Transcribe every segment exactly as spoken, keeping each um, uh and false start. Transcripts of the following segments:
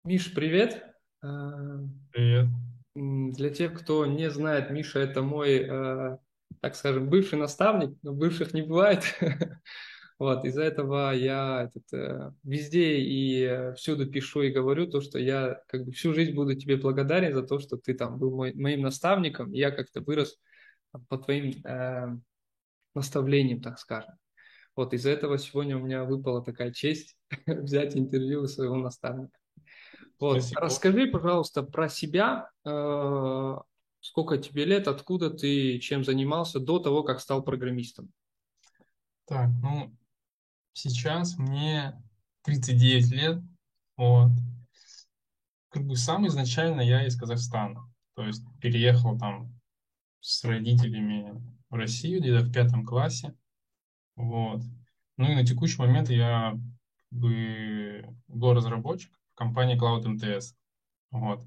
Миш, привет. Э, Привет. м, Для тех, кто не знает, Миша– это мой, э, так скажем, бывший наставник, но бывших не бывает. Вот, из-за этого я этот, э, везде и э, всюду пишу и говорю то, что я как бы всю жизнь буду тебе благодарен за то, что ты там был мой- моим наставником, и я как-то вырос по твоим э, наставлениям, так скажем. Вот, из-за этого сегодня у меня выпала такая честь взять интервью у своего наставника. Вот, Спасибо. расскажи, пожалуйста, про себя. Э, Сколько тебе лет, откуда ты, чем занимался до того, как стал программистом? Так, ну, сейчас мне тридцать девять лет. Вот. Как бы сам изначально я из Казахстана. То есть переехал там с родителями в Россию где-то в пятом классе. Вот. Ну и на текущий момент я как бы был разработчик в компании Cloud эм тэ эс. Вот.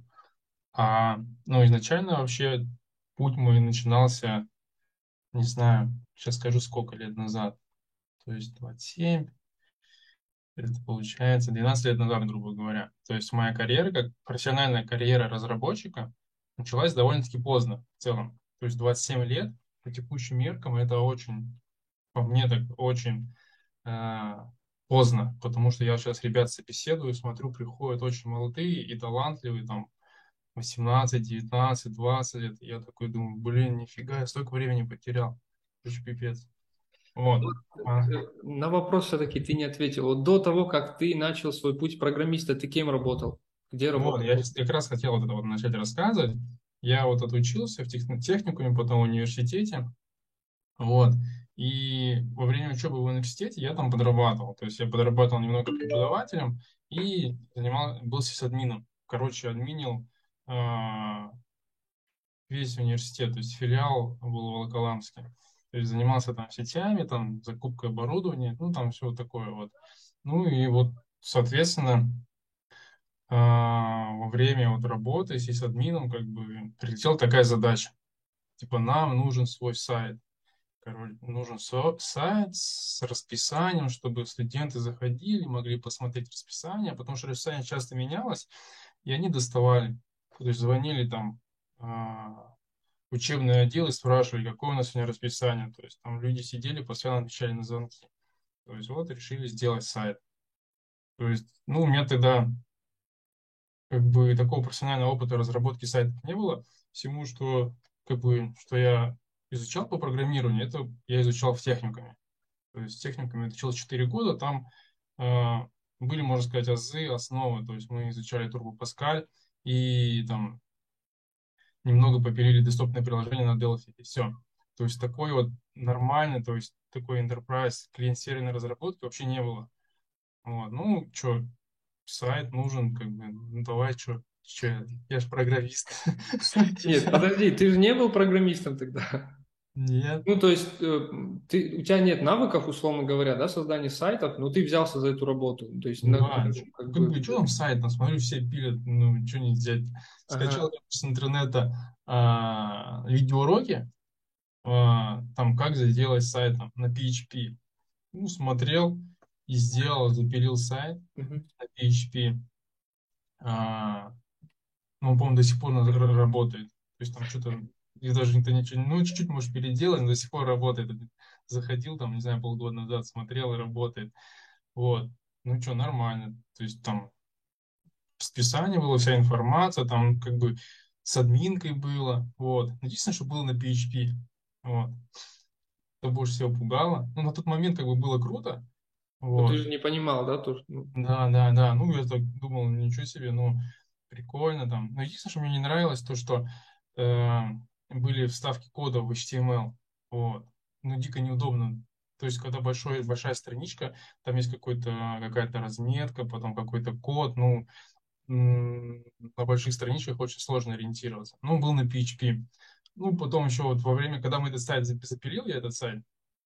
А, ну, изначально вообще путь мой начинался, не знаю, сейчас скажу, сколько лет назад. То есть двадцать семь. Это получается двенадцать лет назад, грубо говоря. То есть моя карьера, как профессиональная карьера разработчика, началась довольно-таки поздно в целом. То есть двадцать семь лет по текущим меркам это очень, по мне так очень э, поздно, потому что я сейчас ребят собеседую, смотрю, приходят очень молодые и талантливые, там восемнадцать, девятнадцать, двадцать лет. И я такой думаю, блин, нифига, я столько времени потерял. Очень пипец. Вот. А, Э, На вопрос все-таки ты не ответил. Вот до того, как ты начал свой путь программиста, ты кем работал? Где Вот, работал? я сейчас как раз хотел вот это вот начать рассказывать. Я вот отучился в тех- техникуме, потом в университете. Вот. И во время учебы в университете я там подрабатывал. То есть я подрабатывал немного преподавателем и занимал, был сисадмином. Короче, админил а, весь университет, то есть филиал был в Волоколамске. То есть занимался там сетями, там закупкой оборудования, ну там все вот такое вот. Ну и вот, соответственно, а, во время вот работы с админом как бы прилетела такая задача. Типа нам нужен свой сайт. Короче, нужен со- сайт с расписанием, чтобы студенты заходили, могли посмотреть расписание, потому что расписание часто менялось, и они доставали. То есть звонили там а, в учебный отдел и спрашивали, какое у нас сегодня расписание. То есть там люди сидели, постоянно отвечали на звонки. То есть вот решили сделать сайт. То есть, ну, у меня тогда как бы такого профессионального опыта разработки сайтов не было. Всему, что как бы что я изучал по программированию, это я изучал в техникуме. То есть в техникуме это учил четыре года, там э, были, можно сказать, азы, основы. То есть мы изучали Turbo Pascal и там немного попилили десктопное приложение на Delphi, и все. То есть такой вот нормальный, то есть такой enterprise клиент-серверной разработки вообще не было. Вот. Ну, что, сайт нужен, как бы, ну давай, что, че, я же программист. Нет, подожди, ты же не был программистом тогда. Нет, Ну, то есть, э, ты, у тебя нет навыков, условно говоря, да, создания сайтов, но ты взялся за эту работу. То есть, на- да, чё- ну, как как бы, бы, что там сайт, там, смотрю, все пилят, ну, что не взять. Скачал ага. я с интернета а, видеоуроки, а, там, как сделать сайт там, на пи эйч пи. Ну, смотрел и сделал, запилил сайт Мгм. на пи эйч пи. А, ну, он, по-моему, до сих пор на- р- работает. То есть там что-то, и даже никто ничего, ну, чуть-чуть, может, переделать, но до сих пор работает. Заходил там, не знаю, полгода назад, смотрел и работает. Вот. Ну что, нормально. То есть там списание было, вся информация, там как бы с админкой было. Вот. Единственное, что было на пи эйч пи. Вот. Это больше всего пугало. Ну, на тот момент как бы было круто. Но ты Вот. же не понимал, да, то, что, ну, Да, да, да. Ну, я так думал, ничего себе, ну, прикольно там. Но единственное, что мне не нравилось, то, что э, были вставки кода в эйч ти эм эл. Вот. Ну, дико неудобно. То есть, когда большой, большая страничка, там есть какой-то, какая-то разметка, потом какой-то код, ну, м, на больших страничках очень сложно ориентироваться. Ну, был на пи эйч пи. Ну, потом еще вот во время, когда мы этот сайт зап- запилил, я этот сайт,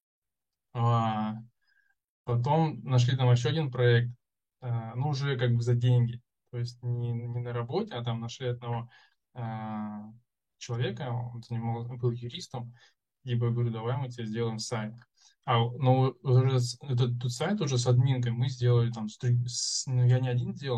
а, потом нашли там еще один проект, а, ну, уже как бы за деньги. То есть не, не на работе, а там нашли одного а, человека, он занимал, был юристом, либо я говорю, давай мы тебе сделаем сайт. А, ну, уже с- этот тут сайт уже с админкой мы сделали там, с друг- с- ну, я не один делал,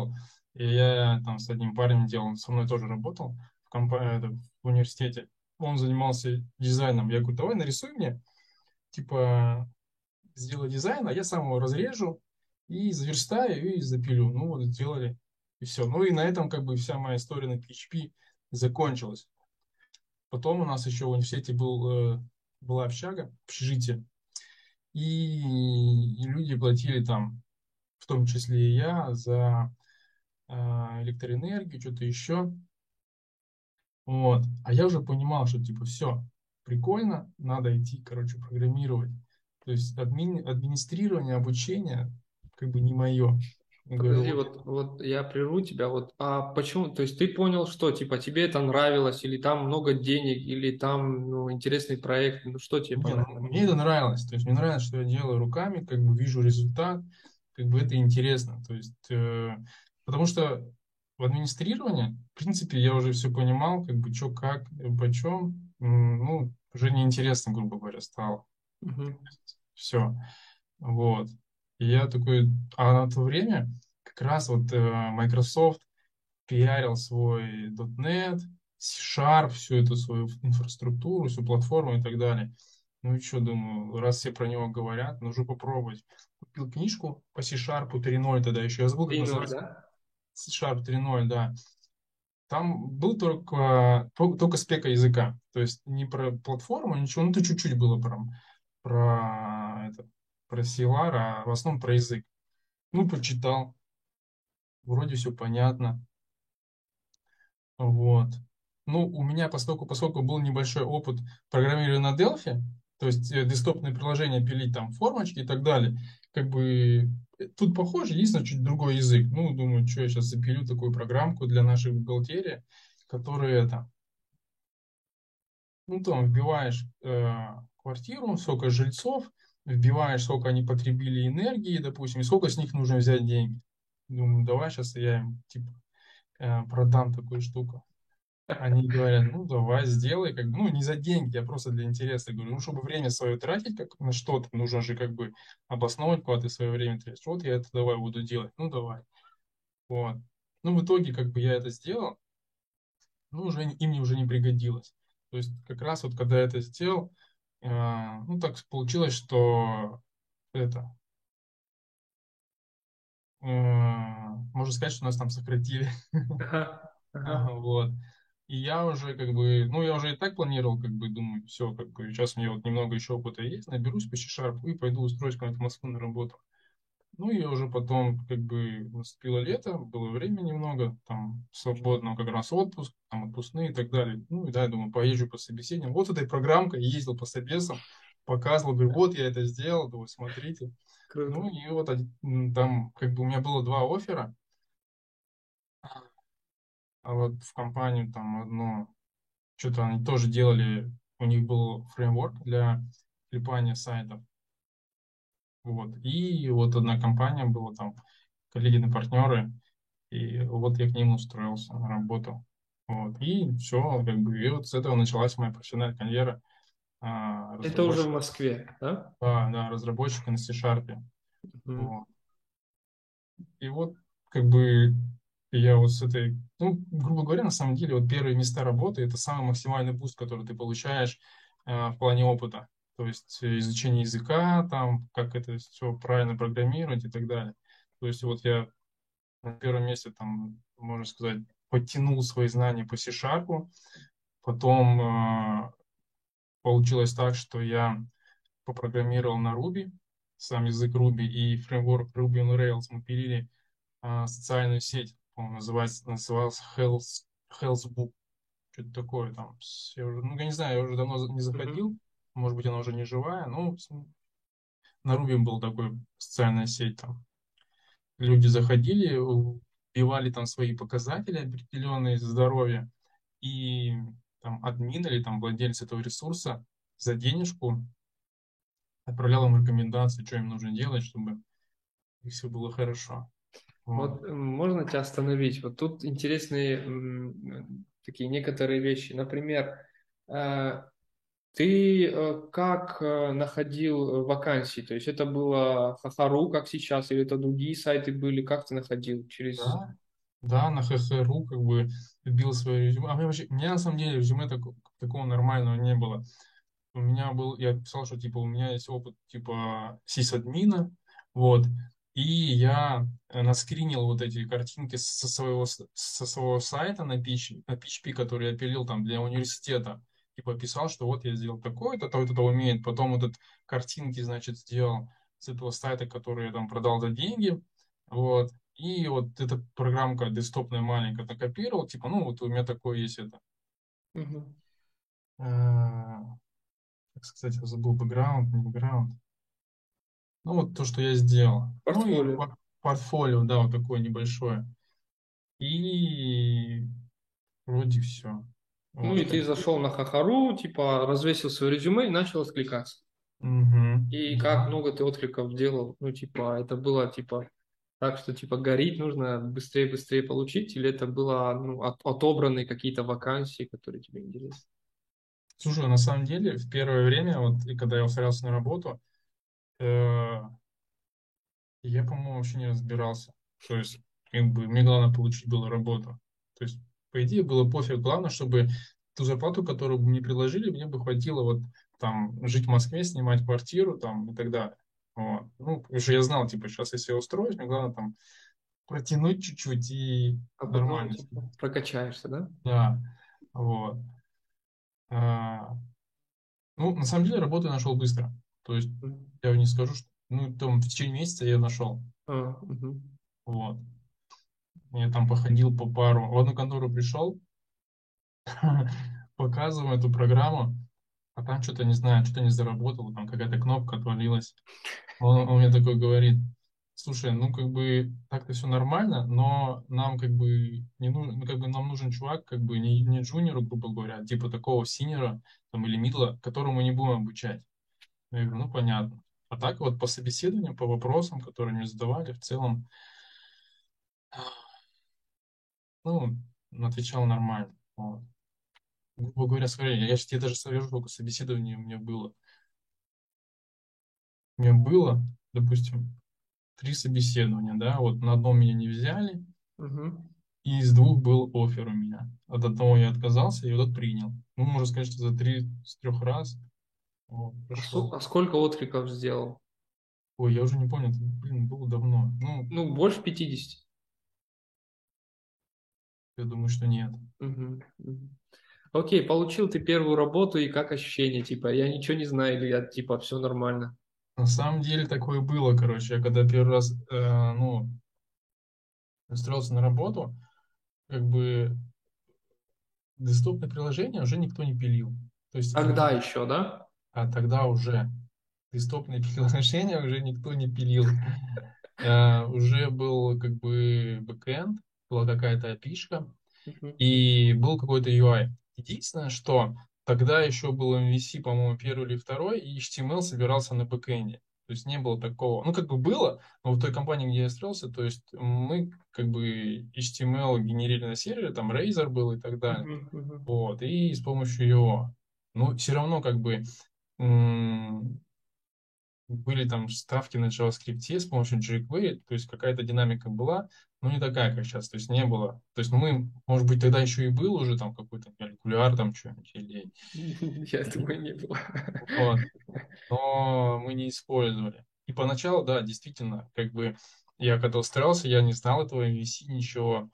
И я там с одним парнем делал, он со мной тоже работал в компании, в университете. Он занимался дизайном. Я говорю, давай нарисуй мне, типа, сделай дизайн, а я сам его разрежу и заверстаю и запилю. Ну вот сделали, и все. Ну и на этом как бы вся моя история на пи эйч пи закончилась. Потом у нас еще в университете был, э, была общага, общежитие, и, и люди платили там, в том числе и я, за э, электроэнергию, что-то еще. Вот. А я уже понимал, что типа все, прикольно, надо идти, короче, программировать. То есть админ, администрирование, обучение как бы не мое. Я говорю, Подожди, вот вот, вот я прерву тебя. Вот, а почему? То есть ты понял, что типа тебе это нравилось, или там много денег, или там ну, интересный проект, ну что тебе не, ну, понравилось? мне это нравилось. То есть мне нравится, что я делаю руками, как бы вижу результат, как бы это интересно. То есть, э, потому что в администрировании, в принципе, я уже все понимал, как бы что, как, э, почем. М, Ну, уже неинтересно, грубо говоря, стало. Мгм. Все. Вот. И я такой, а на то время как раз вот э, Microsoft пиарил свой .дот нет, C-Sharp, всю эту свою инфраструктуру, всю платформу и так далее. Ну и что, думаю, раз все про него говорят, нужно попробовать. Купил книжку по C-Sharp три ноль тогда еще, я забыл, как три ноль, называется. да? C-Sharp три ноль, да. Там был только, то- только спека языка. То есть не про платформу, ничего. Ну, то чуть-чуть было про, про, это, про C L R, а в основном про язык. Ну, почитал. Вроде все понятно. Вот. Ну, у меня, поскольку, поскольку был небольшой опыт программирования на Delphi, то есть э, десктопные приложения пилить, там, формочки и так далее, как бы э, тут похоже, единственное, чуть другой язык. Ну, думаю, что я сейчас запилю такую программку для нашей бухгалтерии, которая это, ну, там, вбиваешь э, квартиру, сколько жильцов, вбиваешь, сколько они потребили энергии, допустим, и сколько с них нужно взять деньги. Думаю, давай сейчас я им, типа, э, продам такую штуку. Они говорят, ну давай, сделай, как бы, ну не за деньги, а просто для интереса. Я говорю, ну чтобы время свое тратить как на что-то, нужно же как бы обосновывать, куда ты свое время тратишь. Вот я это давай буду делать, ну давай. Вот. Ну в итоге как бы я это сделал, ну уже не- им не уже не пригодилось. То есть как раз вот когда я это сделал, э, ну так получилось, что это, э, можно сказать, что нас там сократили. Ага, Ага, ага. вот. И я уже как бы, ну я уже и так планировал, как бы, думаю, все, как бы, сейчас у меня вот немного еще опыта есть, наберусь по C-Sharp и пойду устроюсь куда-нибудь в Москву на работу. Ну и уже потом, как бы, наступило лето, было время немного, там, свободного как раз отпуск, там, отпускные и так далее. Ну и да, я думаю, поезжу по собеседованиям. Вот этой программкой ездил по собесам, показывал, говорю, вот я это сделал, думаю, смотрите. Ну Круто. и вот один- м, там, как бы, у меня было два оффера, а вот в компанию там одно что-то они тоже делали, у них был фреймворк для клепания сайтов. Вот. И вот одна компания была там, коллеги на партнеры, и вот я к ним устроился на работу. Вот. И все, как бы, и вот с этого началась моя профессиональная карьера а, Это уже в разработчика. Москве, да? Да, да, разработчика на C-Sharp. Мгм. Вот. И вот, как бы, я вот с этой, ну, грубо говоря, на самом деле, вот первые места работы– это самый максимальный буст, который ты получаешь э, в плане опыта. То есть э, изучение языка, там, как это все правильно программировать и так далее. То есть вот я на первом месте, там, можно сказать, подтянул свои знания по C-Sharp, потом э, получилось так, что я попрограммировал на Ruby, сам язык Ruby и фреймворк Ruby on Rails мы пилили а, социальную сеть, по-моему, называется, назывался Health, Healthbook, что-то такое там. С- Я уже, ну, я не знаю, я уже давно за- не Мгм. заходил, может быть, она уже не живая, но с- на Ruby был такой социальная сеть там. Люди заходили, вбивали там свои показатели определенные здоровья, и там админ или там владелец этого ресурса за денежку отправлял им рекомендации, что им нужно делать, чтобы и все было хорошо. Вот. Вот м, можно тебя остановить? Вот тут интересные м, такие некоторые вещи. Например, э, ты э, как э, находил э, вакансии? То есть это было Хахару, как сейчас, или это другие сайты были? Как ты находил? Через... Да. Да, на ХХРУ как бы вбил свое резюме. А у меня, вообще, у меня на самом деле резюме тако- такого нормального не было. У меня был, я писал, что типа у меня есть опыт типа сисадмина, вот, и я э, наскринил вот эти картинки со своего, с- со своего сайта на P H P, на P H P, который я пилил там для университета, типа писал, что вот я сделал такое-то, то-то, то умеет, потом вот этот картинки, значит, сделал с этого сайта, который я там продал за деньги, вот, и вот эта программка десктопная маленькая накопировал, типа, ну вот у меня такое есть это, Мгм. э, как сказать, я забыл, бэкграунд, не бэкграунд. Ну, вот то, что я сделал. Ну и Портфолио. пор- портфолио, да, вот такое небольшое. И вроде все. Ну Вот, и ты какие... зашел на Хахару, типа развесил свое резюме и начал откликаться. Мгм, И как да. много ты откликов делал? Ну, типа, это было, типа, так, что, типа, горит, нужно быстрее-быстрее получить, или это было, ну, от- отобранные какие-то вакансии, которые тебе интересны? Слушай, на самом деле, в первое время, вот, и когда я устраивался на работу, э, я, по-моему, вообще не разбирался. То есть, как бы, мне главное получить было работу. То есть, по идее, было пофиг. Главное, чтобы ту зарплату, которую бы мне предложили, мне бы хватило вот там жить в Москве, снимать квартиру там и так далее. Вот. Ну, потому что я знал, типа, сейчас если я устроюсь, мне главное там протянуть чуть-чуть и А потом, нормально. типа, прокачаешься, да? Да, вот. А, ну, на самом деле, работу я нашел быстро. То есть, Мгм. я не скажу, что, ну, там, в течение месяца я нашел. А, мгм. Вот. Я там походил по пару. В одну контору пришел, показываю эту программу, а там что-то не знаю, что-то не заработало, там какая-то кнопка отвалилась. Он, он мне такой говорит: слушай, ну как бы так-то все нормально, но нам как бы не нужен, ну, как бы нам нужен чувак, как бы не, не джуниору, грубо говоря, а типа такого синера там, или мидла, которому мы не будем обучать. Я говорю, ну понятно. А так вот по собеседованиям, по вопросам, которые мне задавали, в целом, ну, отвечал нормально. Вот. Грубо говоря, смотри, я тебе даже совежу, сколько собеседований у меня было. У меня было, допустим, три собеседования, да, вот на одном меня не взяли, Мгм. и из двух был оффер у меня. От одного я отказался, и вот этот принял. Ну, можно сказать, что за три с трех раз вот, А, со- прошел. а сколько откликов сделал? Ой, я уже не помню, это, блин, было давно. Ну, Ну, больше пятидесяти. я думаю, что нет. Мгм. Мгм. Окей, получил ты первую работу, и как ощущение? Типа, я ничего не знаю, или я, типа, все нормально? На самом деле такое было, короче. Я когда первый раз, э, ну, устроился на работу, как бы десктопное приложение уже никто не пилил. То есть Тогда именно, еще, да? а тогда уже десктопные приложения уже никто не пилил. Э, уже был как бы бэкэнд, была какая-то опишка, Мгм. и был какой-то ю ай. Единственное, что тогда еще был эм ви си, по-моему, первый или второй, и эйч ти эм эл собирался на бэкэнде. То есть не было такого. Ну, как бы было, но в той компании, где я устроился, то есть мы как бы эйч ти эм эл генерили на сервере, там Razer был и так далее. Мгм. Мгм. Вот, и с помощью его. Ну, все равно как бы м, были там ставки на JavaScript с помощью jQuery, то есть какая-то динамика была, но не такая, как сейчас, то есть не было. То есть мы, может быть, тогда еще и был уже там какой-то калькуляр там что-нибудь, или... Я думаю, не было. Вот, но мы не использовали. И поначалу, да, действительно, как бы я когда устраивался, я не знал этого эм ви си, ничего.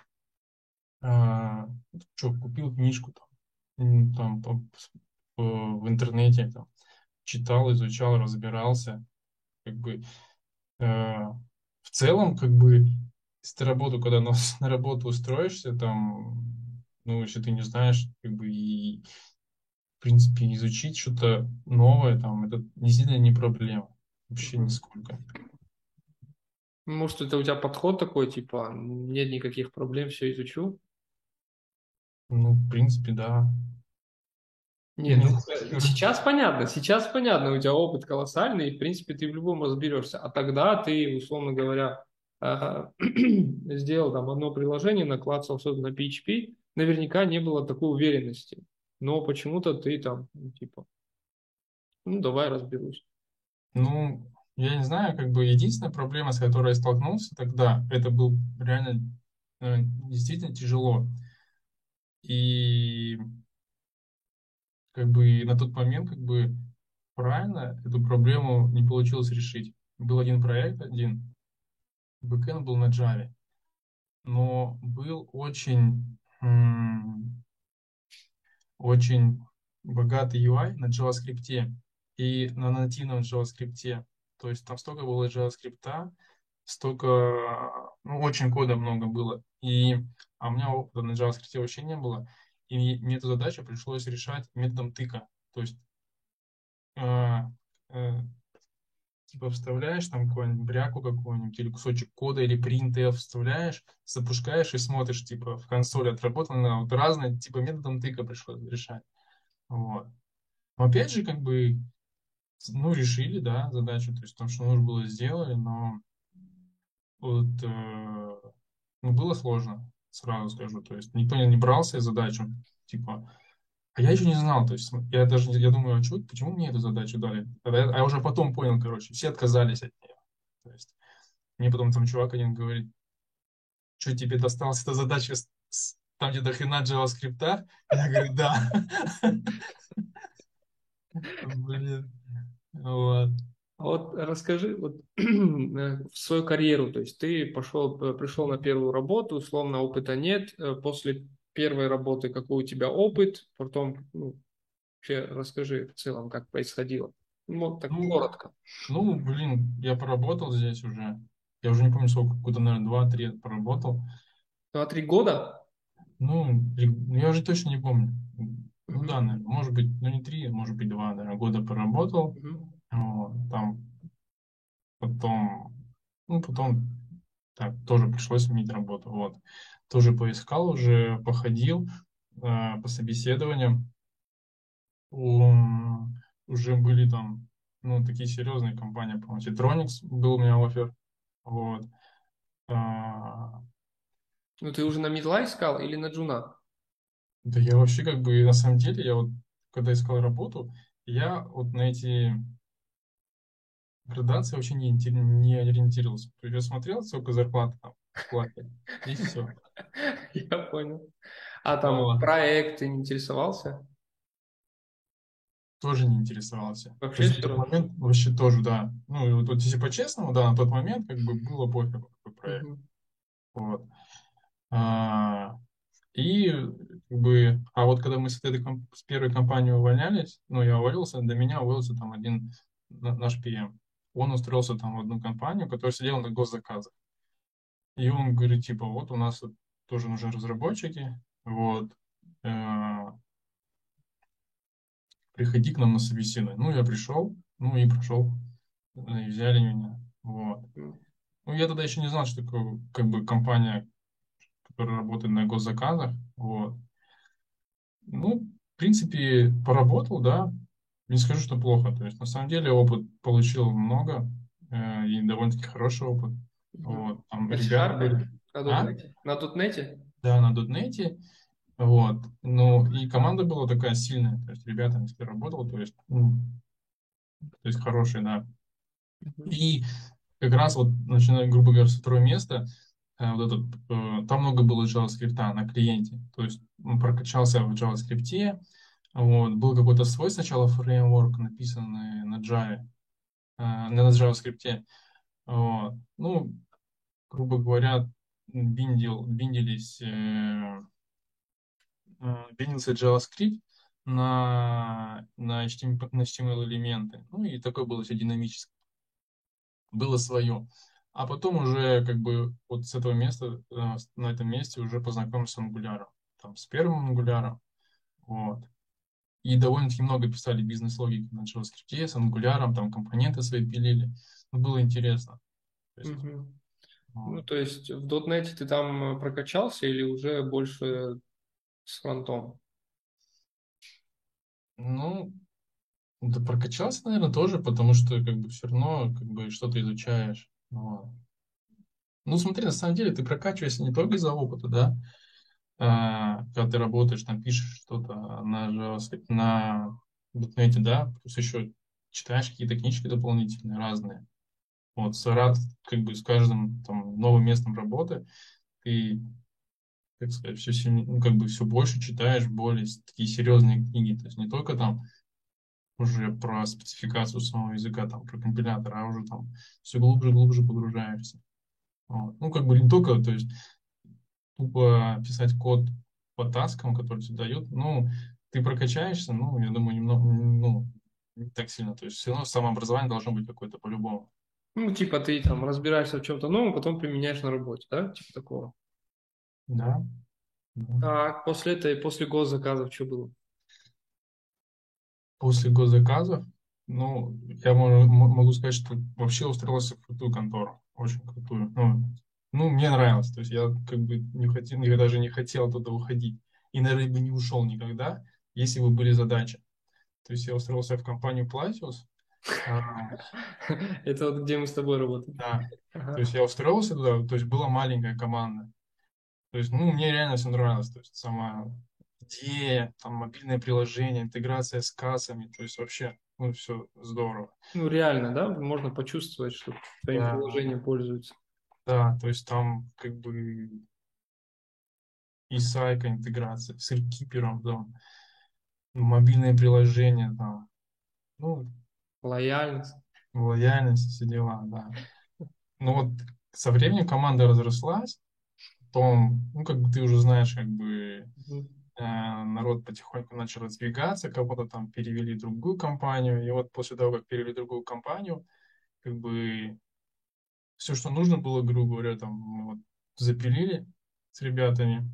А, что, купил книжку там, м, там по- с- по- в интернете, там, читал, изучал, разбирался, как бы э, в целом, как бы, если ты работу, когда на, на работу устроишься, там, ну, если ты не знаешь, как бы, и, в принципе, изучить что-то новое, там, это действительно не проблема. Вообще Мгм. нисколько. Может, это у тебя подход такой, типа, нет никаких проблем, все изучу? Ну, в принципе, да. Не, ну Именно э, сейчас понятно, сейчас понятно, у тебя опыт колоссальный, и в принципе ты в любом разберешься. А тогда ты, условно говоря, ага, сделал там одно приложение, наклацал что-то на P H P, наверняка не было такой уверенности. Но почему-то ты там, ну, типа, ну давай разберусь. Ну, я не знаю, как бы единственная проблема, с которой я столкнулся тогда, это был реально. э, действительно тяжело. И как бы на тот момент как бы правильно эту проблему не получилось решить. Был один проект, один, бэкэнд был на Java, но был очень, м, очень богатый ю ай на JavaScript и на нативном JavaScript. То есть там столько было JavaScript, столько, ну, очень кода много было. И, а у меня опыта на JavaScript вообще не было. И мне эту задачу пришлось решать методом тыка. То есть а, э, типа вставляешь там какую-нибудь бряку какую-нибудь или кусочек кода или printf вставляешь, запускаешь и смотришь, типа в консоли отработано, вот разные, типа методом тыка пришлось решать. Вот. Но опять же, как бы, ну, решили, да, задачу, то есть то, что нужно было, сделали, но вот, э, ну, было сложно, сразу скажу, то есть никто не, не брался за задачу, типа, а я еще не знал, то есть я даже, не- я думаю, а чё, почему мне эту задачу дали? А я, а я уже потом понял, короче, все отказались от нее. То есть мне потом там чувак один говорит, что тебе досталась эта задача с- с- там, где до хрена JavaScript? Я говорю, да. Блин. Вот. А вот расскажи вот э, в свою карьеру, то есть ты пошел, э, пришел на первую работу, условно опыта нет, э, после первой работы какой у тебя опыт, потом, ну, вообще расскажи в целом, как происходило. Ну, вот так Ну, коротко. ну, блин, я поработал здесь уже. Я уже не помню, сколько, какое-то, наверное, два-три поработал. Два-три года? Ну, ре- ну, я уже точно не помню. Ну да, Мгм. наверное, может быть, ну не три, может быть, два, наверное, года поработал. Мгм. Вот, там потом, ну, потом так, тоже пришлось сменить работу. Вот. Тоже поискал уже, походил э, по собеседованиям. У- уже были там, ну, такие серьезные компании, по-моему, Citronics был у меня оффер. Вот. А, Ну, ты уже на мидла искал или на джуна? да я вообще как бы, на самом деле, я вот, когда искал работу, я вот на эти градации вообще не, инте- не ориентировался. То есть я смотрел, сколько зарплаты там платят, и все. Я понял. А там Вот. проект ты не интересовался? Тоже не интересовался. То Вообще есть на все тот равно. момент вообще тоже, да. Ну, и вот, вот если по-честному, да, на тот момент как бы было пофигу, какой проект. Мгм. Вот. А, и как бы, а вот когда мы с этой ком- с первой компанией увольнялись, ну, я уволился, до меня уволился там один на- наш пи эм. Он устроился там в одну компанию, которая сидела на госзаказах. И он говорит, типа, вот у нас вот тоже нужны разработчики, вот, э, приходи к нам на собеседование. Ну, я пришел, ну и прошел, э, и взяли меня. Вот. Мгм. Ну, я тогда еще не знал, что такое, как бы, компания, которая работает на госзаказах. Вот. Ну, в принципе, поработал, да. Не скажу, что плохо. То есть, на самом деле, опыт получил много, э, и довольно-таки хороший опыт. Мгм. Вот. Там На ребята C-Sharp? были, На а? дотнете? На дотнете? Да, на дотнете. Вот. Ну, и команда была такая сильная. То есть, ребята, если работал, то есть, ну, то есть, хорошие, да. Мгм. И как раз вот, начиная, грубо говоря, с второго места, э, вот этот, э, там много было JavaScript на клиенте. То есть он прокачался в JavaScript. Вот. Был какой-то свой сначала фреймворк, написанный на Java, э, на JavaScript. Вот. Ну, грубо говоря, биндил, биндились, э, э, бинился JavaScript на, на эйч ти эм эль, на эйч ти эм эль-элементы. Ну, и такое было все динамическое. Было свое. А потом уже как бы вот с этого места, э, на этом месте уже познакомился с Angular. Там, с первым Angular. Вот. И довольно-таки много писали бизнес-логики на JavaScript, с Angular, там компоненты свои пилили. Ну, было интересно. То есть, Мгм. Ну, вот. то есть в дотнете ты там э, прокачался или уже больше с фронтом? Ну, да прокачался, наверное, тоже, потому что как бы все равно как бы что-то изучаешь. Вот. Ну, смотри, на самом деле ты прокачиваешься не только из-за опыта, да, а, когда ты работаешь, там пишешь что-то на JavaScript, на .NET, да, плюс еще читаешь какие-то книжки дополнительные, разные. Вот, с рад, как бы с каждым там новым местом работы ты как сказать, все сильнее, ну, как бы все больше читаешь более с- такие серьезные книги. То есть не только там уже про спецификацию самого языка, там, про компилятор, а уже там все глубже и глубже погружаешься. Вот. Ну, как бы не только, то есть тупо писать код по таскам, которые тебе дают, ну, ты прокачаешься, ну, я думаю, немного, ну, не так сильно. То есть все равно самообразование должно быть какое-то по-любому. Ну, типа ты там разбираешься в чем-то новом, потом применяешь на работе, да? Типа такого. Да. Да. Так, после этой, после госзаказов что было? После госзаказов, ну, я могу, м- могу сказать, что вообще устроился в крутую контору, очень крутую. Ну, ну, мне нравилось, то есть я как бы не хотел, никогда даже не хотел оттуда уходить. И, наверное, бы не ушел никогда, если бы были задачи. То есть я устроился в компанию Platius, а, Это вот где мы с тобой работаем. да, то Ага. есть я устроился туда, то есть была маленькая команда. То есть, ну, мне реально все нравилось, то есть сама идея, там, мобильное приложение, интеграция с кассами, то есть вообще, ну, все здорово. Ну, реально, да? Можно почувствовать, что твоим Да, приложением пользуются. да, то есть там как бы и сайка интеграция с Airkeeper, там, мобильное приложение, там, ну, Лояльность. лояльность, все дела, да. Но вот со временем команда разрослась, потом, ну, как бы ты уже знаешь, как бы Мгм. э, народ потихоньку начал разбегаться, кого-то там перевели в другую компанию, и вот после того, как перевели в другую компанию, как бы все, что нужно было, грубо говоря, там, мы вот запилили с ребятами,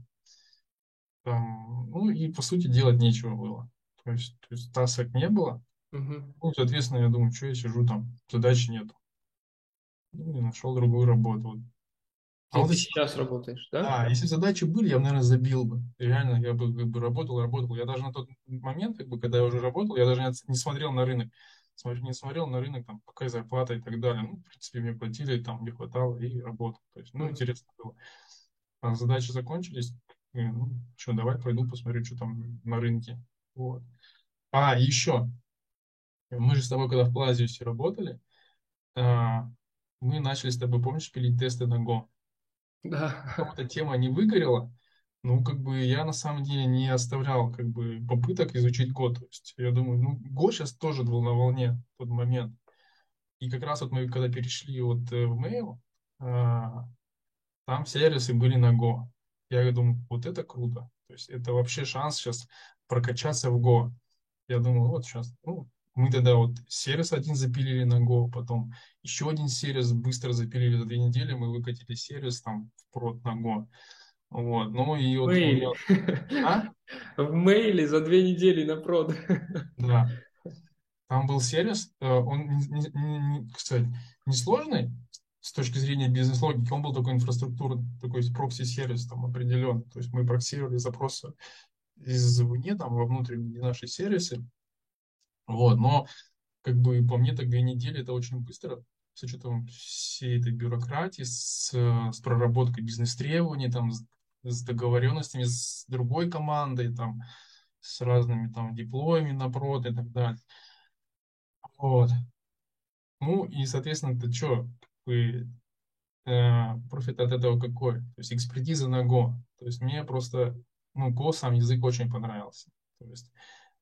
там, ну и по сути делать нечего было. То есть, то есть тасок не было. Мгм. Ну, соответственно, я думаю, что я сижу там, задачи нету. Ну, и нашел другую работу. Вот. А Где вот ты если, сейчас работаешь, да? да, если задачи были, я бы, наверное, забил бы. Реально, я бы как бы работал, работал. Я даже на тот момент, как бы, когда я уже работал, я даже не, оц- не смотрел на рынок. Смотр- не смотрел на рынок, там, какая зарплата и так далее. Ну, в принципе, мне платили, там, не хватало, и работал. То есть, ну, Мгм. интересно было. А задачи закончились. И, ну, что, давай пойду посмотрю, что там на рынке. Вот. А, еще, мы же с тобой, когда в Плазиусе работали, а, мы начали с тобой, помнишь, пилить тесты на Go. Потом Да. эта тема не выгорела, ну, как бы я на самом деле не оставлял как бы попыток изучить Go. То есть я думаю, ну, Go сейчас тоже был на волне в тот момент. И как раз вот мы, когда перешли вот э, в Mail, а, там сервисы были на Go. Я думаю, вот это круто. То есть это вообще шанс сейчас прокачаться в Go. Я думаю, вот сейчас, ну, мы тогда вот сервис один запилили на Go, потом еще один сервис быстро запилили за две недели, мы выкатили сервис там в прод на Go. Вот, ну и В вот у меня, мейле. а, В мейле за две недели на прод. да, там был сервис, э, он, не, не- не- не- кстати, несложный с точки зрения бизнес-логики, он был такой инфраструктурный, такой прокси-сервис там определенный, то есть мы проксировали запросы извне, там, во внутренние наши сервисы, вот, но как бы по мне так две недели это очень быстро, с учетом всей этой бюрократии, с, э, с проработкой бизнес-требований, там, с, с договоренностями с другой командой, там, с разными там диплоями на прод и так далее. Вот. Ну и, соответственно, ты что, как бы, э, профит от этого какой? То есть экспертиза на Go. То есть мне просто, ну, Go сам язык очень понравился. То есть,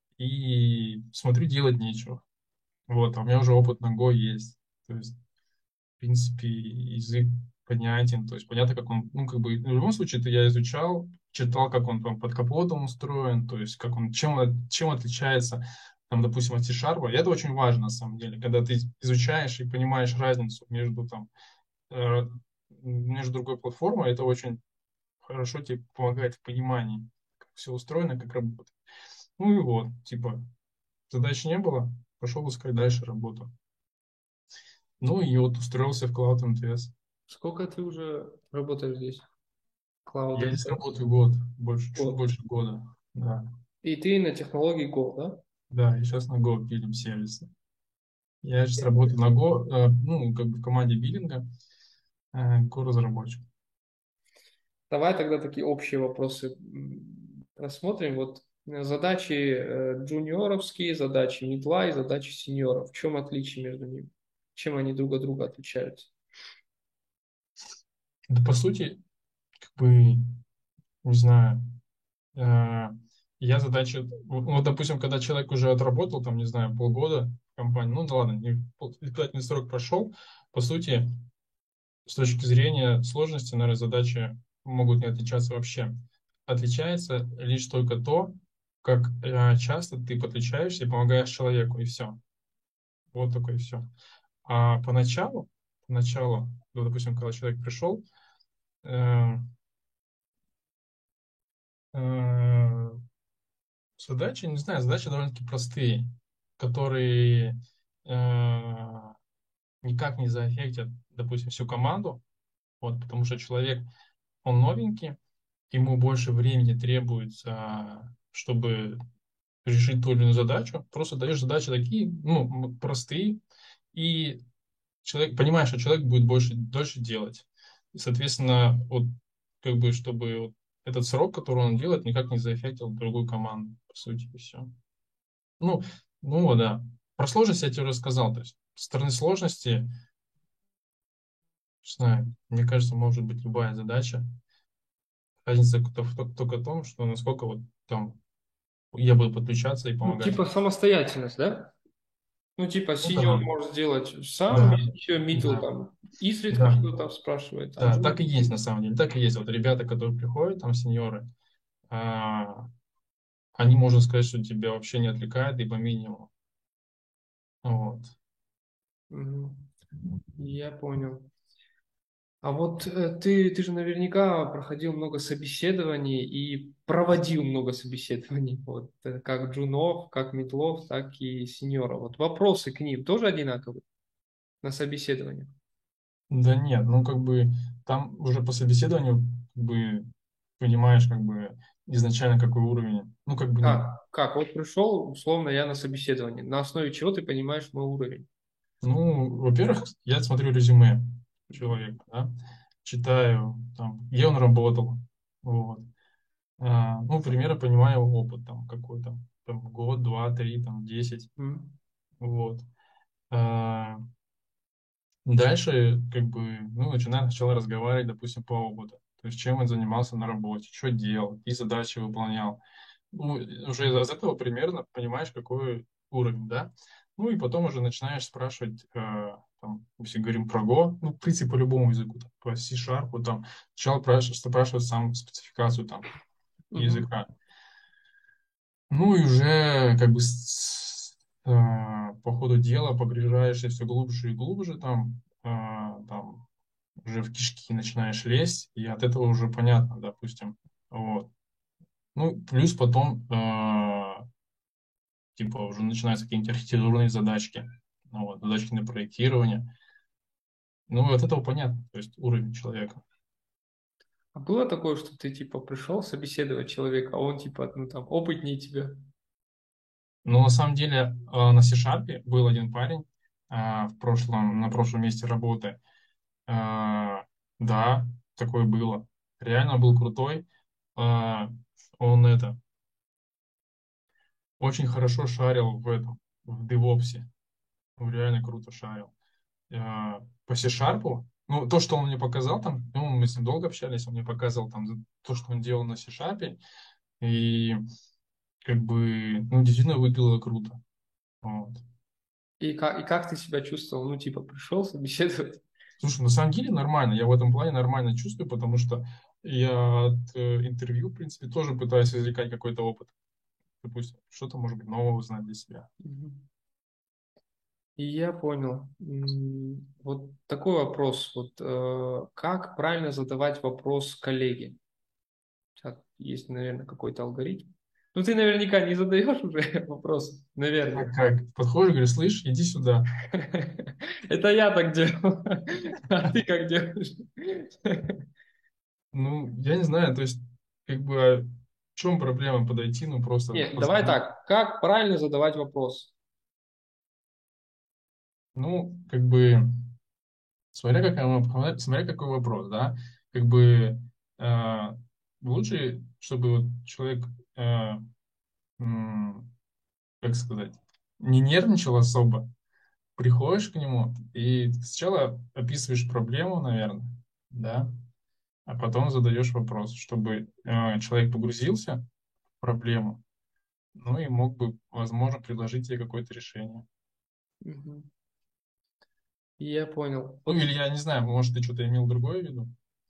и смотрю, делать нечего. Вот, а у меня уже опыт на Go есть. То есть, в принципе, язык понятен. То есть понятно, как он, ну, как бы, в любом случае, это я изучал, читал, как он там под капотом устроен, то есть как он, чем, он- чем отличается, там, допустим, от C-Sharp. И это очень важно, на самом деле, когда ты изучаешь и понимаешь разницу между там, э, между другой платформой, это очень хорошо тебе помогает в понимании, как все устроено, как работает. Ну и вот, типа, задач не было, пошел искать дальше работу. Ну и вот устроился в Cloud эм ти эс. Сколько ты уже работаешь здесь? Cloud Я здесь эм ти эс? работаю год, больше, чуть Год. больше года. Да, И ты на технологии Go, да? да, и сейчас на Go пилим сервисы. Я сейчас работаю на Go, э, ну, как бы в команде биллинга, э, Go-разработчик. Давай тогда такие общие вопросы м, рассмотрим. Вот э, задачи э, джуниоровские, задачи мидла и задачи сеньоров. В чем отличие между ними? Чем они друг от друга отличаются? Да, по сути, как бы не знаю, э, я задачу, вот, вот, допустим, когда человек уже отработал, там, не знаю, полгода в компании, ну, да ладно, не, пол- испытательный срок прошел, по сути, с точки зрения сложности, наверное, задачи могут не отличаться вообще. Отличается лишь только то, как э, часто ты подключаешься и помогаешь человеку, и все. Вот такое и все. А поначалу, поначалу, ну, допустим, когда человек пришел, э, э, задачи, не знаю, задачи довольно-таки простые, которые э, никак не заэффектят, допустим, всю команду, вот, потому что человек, он новенький, ему больше времени требуется, чтобы решить ту или иную задачу. Просто даешь задачи такие, ну, м- простые, и человек, понимаешь, что человек будет больше, дольше делать. И, соответственно, вот, как бы, чтобы вот этот срок, который он делает, никак не заэффектил другую команду, по сути, и все. Ну, ну, вот, да. Про сложности я тебе уже сказал. То есть, со стороны сложности, не знаю, мне кажется, может быть любая задача. Разница только в то- только в том, что насколько вот там я буду подключаться и Ну, помогать. типа самостоятельность, да? Ну, типа, Ну синьор да, может сделать сам, да, еще мидл да, там изредка да, что-то там спрашивает, а да, так джуниор... и есть на самом деле, так и есть. Вот ребята, которые приходят, там сеньоры, а, они, можно сказать, что тебя вообще не отвлекают и по минимуму. Вот. Мгм. Я понял. А вот э, ты, ты же наверняка проходил много собеседований и проводил много собеседований, вот, э, как джунов, как мидлов, так и сеньоров. Вот вопросы к ним тоже одинаковые на собеседованиях? Да нет, ну как бы там уже по собеседованию как бы понимаешь как бы изначально какой уровень. Ну как бы нет. Как? Как? Вот пришел, условно, я на собеседование. На основе чего ты понимаешь мой уровень? Ну, во-первых, я смотрю резюме человека, да, читаю, там, где он работал, вот. А, ну, примерно понимаю его опыт, там, какой-то, там, год, два, три, там, десять, М? вот. А, дальше, как бы, ну, начинаем сначала разговаривать, допустим, по опыту. То есть, чем он занимался на работе, что делал, какие задачи выполнял. Ну, уже из этого примерно понимаешь, какой уровень, да? Ну, и потом уже начинаешь спрашивать, э, там, если говорим про Go, ну, в принципе, по любому языку, там, по C-Sharp, там, сначала спрашивать, спрашивать сам спецификацию, там, Мгм. языка. Ну, и уже, как бы, с- э, по ходу дела погружаешься все глубже и глубже, там, э, там, уже в кишки начинаешь лезть, и от этого уже понятно, допустим. Вот. Ну, плюс потом, э, типа, уже начинаются какие-нибудь архитектурные задачки, ну, вот, задачки на проектирование. Ну, и от этого понятно, то есть уровень человека. А было такое, что ты, типа, пришел собеседовать человека, а он, типа, ну, там, опытнее тебя? Но на самом деле э, на C-Sharp был один парень э, в прошлом, на прошлом месте работы. Э, да, такое было. Реально был крутой. Э, он это очень хорошо шарил в этом, в DevOps. Он реально круто шарил. Э, по C-Sharp, ну, то, что он мне показал там, ну, мы с ним долго общались, он мне показывал там то, что он делал на C-Sharp, и как бы, ну, действительно выглядело круто. Вот. И как, и как ты себя чувствовал? Ну, типа, пришел собеседовать? Слушай, на самом деле нормально, я в этом плане нормально чувствую, потому что я от э, интервью, в принципе, тоже пытаюсь извлекать какой-то опыт. Допустим, что-то, может быть, нового узнать для себя. Мгм. И я понял. М, Вот такой вопрос. Вот э, как правильно задавать вопрос коллеге? Так, есть, наверное, какой-то алгоритм. Ну, ты наверняка не задаешь уже вопрос, Как, наверное. как? Подходишь, говоришь, слышь, иди сюда. Это я так делал. А ты как делаешь? Ну, я не знаю, то есть, как бы, а в чем проблема подойти, ну, просто Нет, давай познакомиться. так. Как правильно задавать вопрос? Ну, как бы, смотря, какая, смотря какой вопрос, да, как бы, э, лучше, чтобы вот человек, э, м, как сказать, не нервничал особо, приходишь к нему и сначала описываешь проблему, наверное, да, а потом задаешь вопрос, чтобы э, человек погрузился в проблему, ну и мог бы, возможно, предложить тебе какое-то решение. Мгм. Я понял. Ну Вот или я не знаю, может, ты что-то имел другое в виду?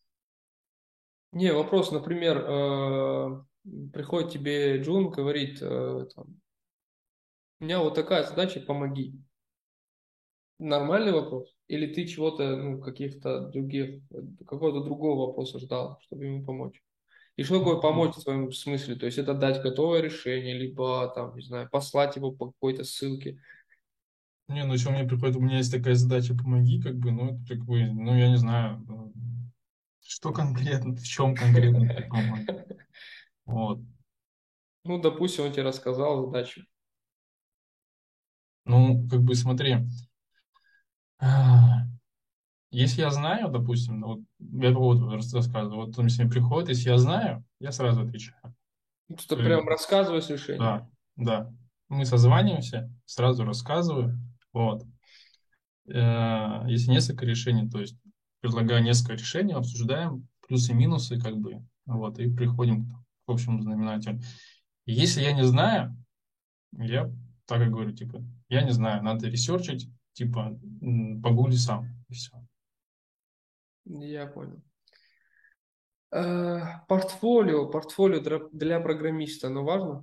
не вопрос, например, э, приходит тебе Джун, говорит, э, там, у меня вот такая задача, помоги. Нормальный вопрос? Или ты чего-то, ну, каких-то других, какого-то другого вопроса ждал, чтобы ему помочь? И что такое помочь в твоем смысле? То есть это дать готовое решение, либо там, не знаю, послать его по какой-то ссылке. Не, ну если у меня приходит, у меня есть такая задача, помоги, как бы, ну, это как бы, ну, я не знаю, ну, что конкретно, в чем конкретно тебе помочь. Вот. Ну, допустим, он тебе рассказал задачу. Ну, как бы, смотри, а, если я знаю, допустим, ну, вот я вот рас- рассказываю, вот он если мне приходит, если я знаю, я сразу отвечаю. Ну, что То есть, прям рассказываешь решение. да, да. Мы созваниваемся, сразу рассказываю, вот. Э, Если несколько решений, то есть предлагаю несколько решений, обсуждаем плюсы и минусы, как бы, вот, и приходим к общему знаменателю. И если я не знаю, я так и говорю, типа, я не знаю, надо ресерчить, типа, м, погугли сам, и все. Я понял. Э, Портфолио, портфолио для, для программиста, ну важно?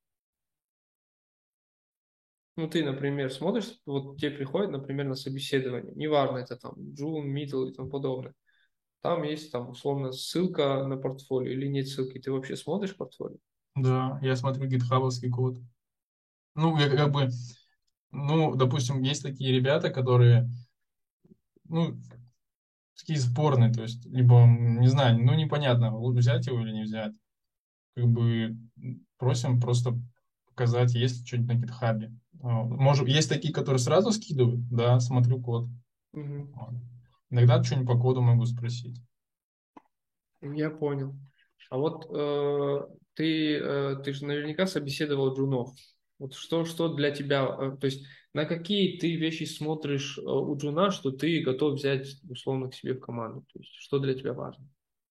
Ну, ты, например, смотришь, вот тебе приходит, например, на собеседование, неважно, это там Джун, Митл и тому подобное. Там есть там условно ссылка на портфолио или нет ссылки. Ты вообще смотришь портфолио? Да, я смотрю гитхабовский код. Ну, я как бы, ну, допустим, есть такие ребята, которые, ну, такие спорные, то есть, либо, м, не знаю, ну, непонятно, вот взять его или не взять. Как бы просим просто показать, есть ли что-нибудь на гитхабе. А, Может, есть такие, которые сразу скидывают, да, смотрю код. Мгм. Вот. Иногда что-нибудь по коду могу спросить. Я понял. А вот э, ты, э, ты же наверняка собеседовал джунов. Вот что, что для тебя, э, то есть на какие ты вещи смотришь э, у джуна, что ты готов взять условно к себе в команду? То есть что для тебя важно?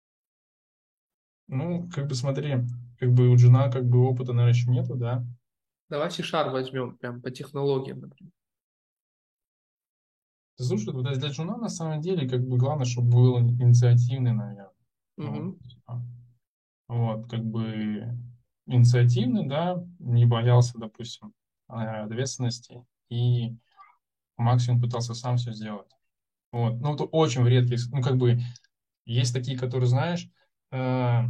Ну, как бы смотри, как бы у Джина как бы опыта, наверное, еще нету, да. Давай C-Sharp возьмем, прям по технологиям, например. Слушай, вот для Джуна на самом деле как бы главное, чтобы был инициативный, наверное. Вот, Мгм. типа, вот, как бы инициативный, да, не боялся, допустим, э, ответственности и максимум пытался сам все сделать. Вот. Ну, это очень в редких, ну, как бы, есть такие, которые, знаешь, э,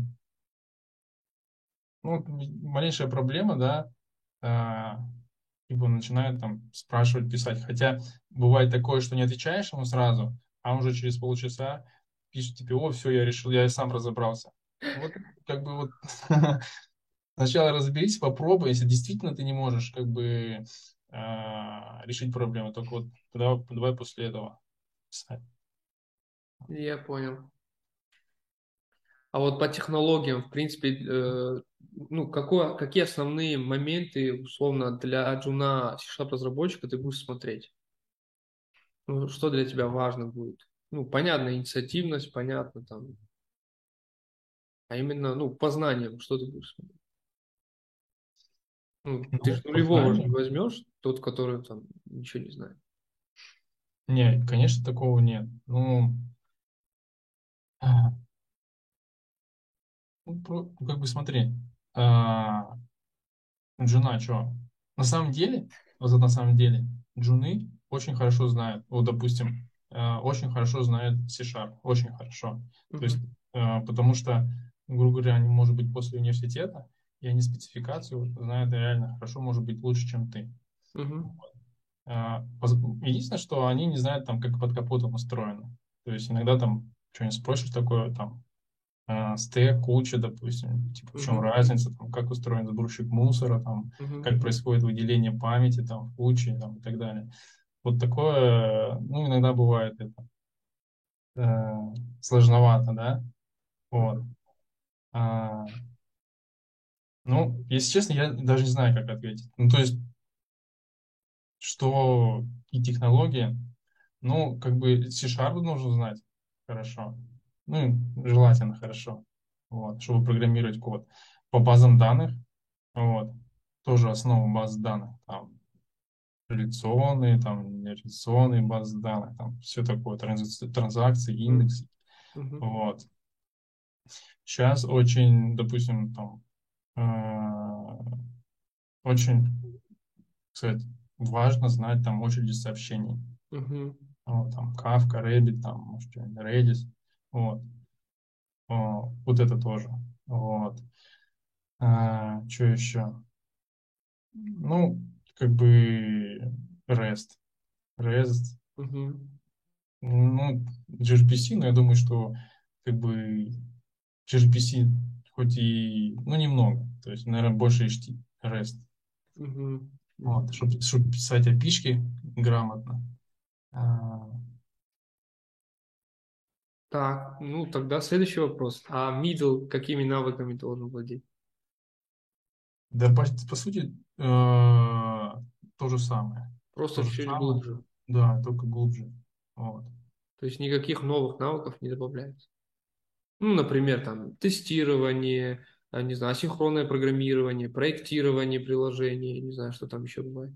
ну, вот малейшая проблема, да, э, типа начинают там спрашивать, писать. Хотя бывает такое, что не отвечаешь ему сразу, а он уже через полчаса пишет тебе, о, все, я решил, я и сам разобрался. Вот, как бы, вот, сначала разберись, попробуй, если действительно ты не можешь, как бы, э, решить проблему, только вот давай, давай после этого писать. Я понял. А вот по технологиям, в принципе, э, ну, какое, какие основные моменты, условно, для джуна C-Sharp разработчика ты будешь смотреть? Ну, что для тебя важно будет? Ну, понятно, инициативность, понятно, там, а именно, ну, по знаниям, что ты будешь смотреть? Ну, ты же Ну, по нулевого же не знаниям, возьмешь, тот, который там ничего не знает. нет, конечно, такого нет. Ну, а, ну, про- ну, как бы смотри, а, джуна что? На самом деле, вот это на самом деле, джуны очень хорошо знают, вот, допустим, а, очень хорошо знают C-Sharp, очень хорошо. То есть, Мгм. а, потому что, грубо говоря, они, может быть, после университета, и они спецификацию знают реально хорошо, может быть, лучше, чем ты. Мгм. А, поз- Единственное, что они не знают, там, как под капотом устроено. То есть иногда там что-нибудь спросишь такое, там, а, стек, куча, допустим, типа, в чем Мгм. разница, там, как устроен сборщик мусора, там, Мгм. как происходит выделение памяти, там, в куче, там, и так далее. Вот такое, ну, иногда бывает это э, сложновато, да, вот. Мгм. А, ну, если честно, я даже не знаю, как ответить. Ну, то есть, что и технологии, ну, как бы C-Sharp нужно знать хорошо. Ну, желательно хорошо, вот, чтобы программировать код. По базам данных, вот, тоже основа баз данных, там, реляционные, там, нереляционные базы данных, там, все такое, транзакции, транзакции, М, индексы, мгм, вот. Сейчас очень, допустим, там, э, очень, кстати, важно знать там очереди сообщений. мгм, Вот, там Kafka, Rabbit, там, может, что-нибудь, Redis. Вот. О, вот это тоже. Вот. А, что еще? Ну, как бы REST. REST. мгм, Ну, gRPC, но я думаю, что как бы gRPC хоть и, ну, немного. То есть, наверное, больше эйч ти, REST. мгм, Вот, мгм. чтобы, чтобы писать опишки грамотно. А, Так, ну тогда следующий вопрос. А middle какими навыками должен владеть? да, по, по сути, э, то же самое. Просто То же чуть самое, глубже. да, только глубже. Вот. То есть никаких новых навыков не добавляется. Ну, например, там тестирование, а, не знаю, асинхронное программирование, проектирование приложений, не знаю, что там еще бывает.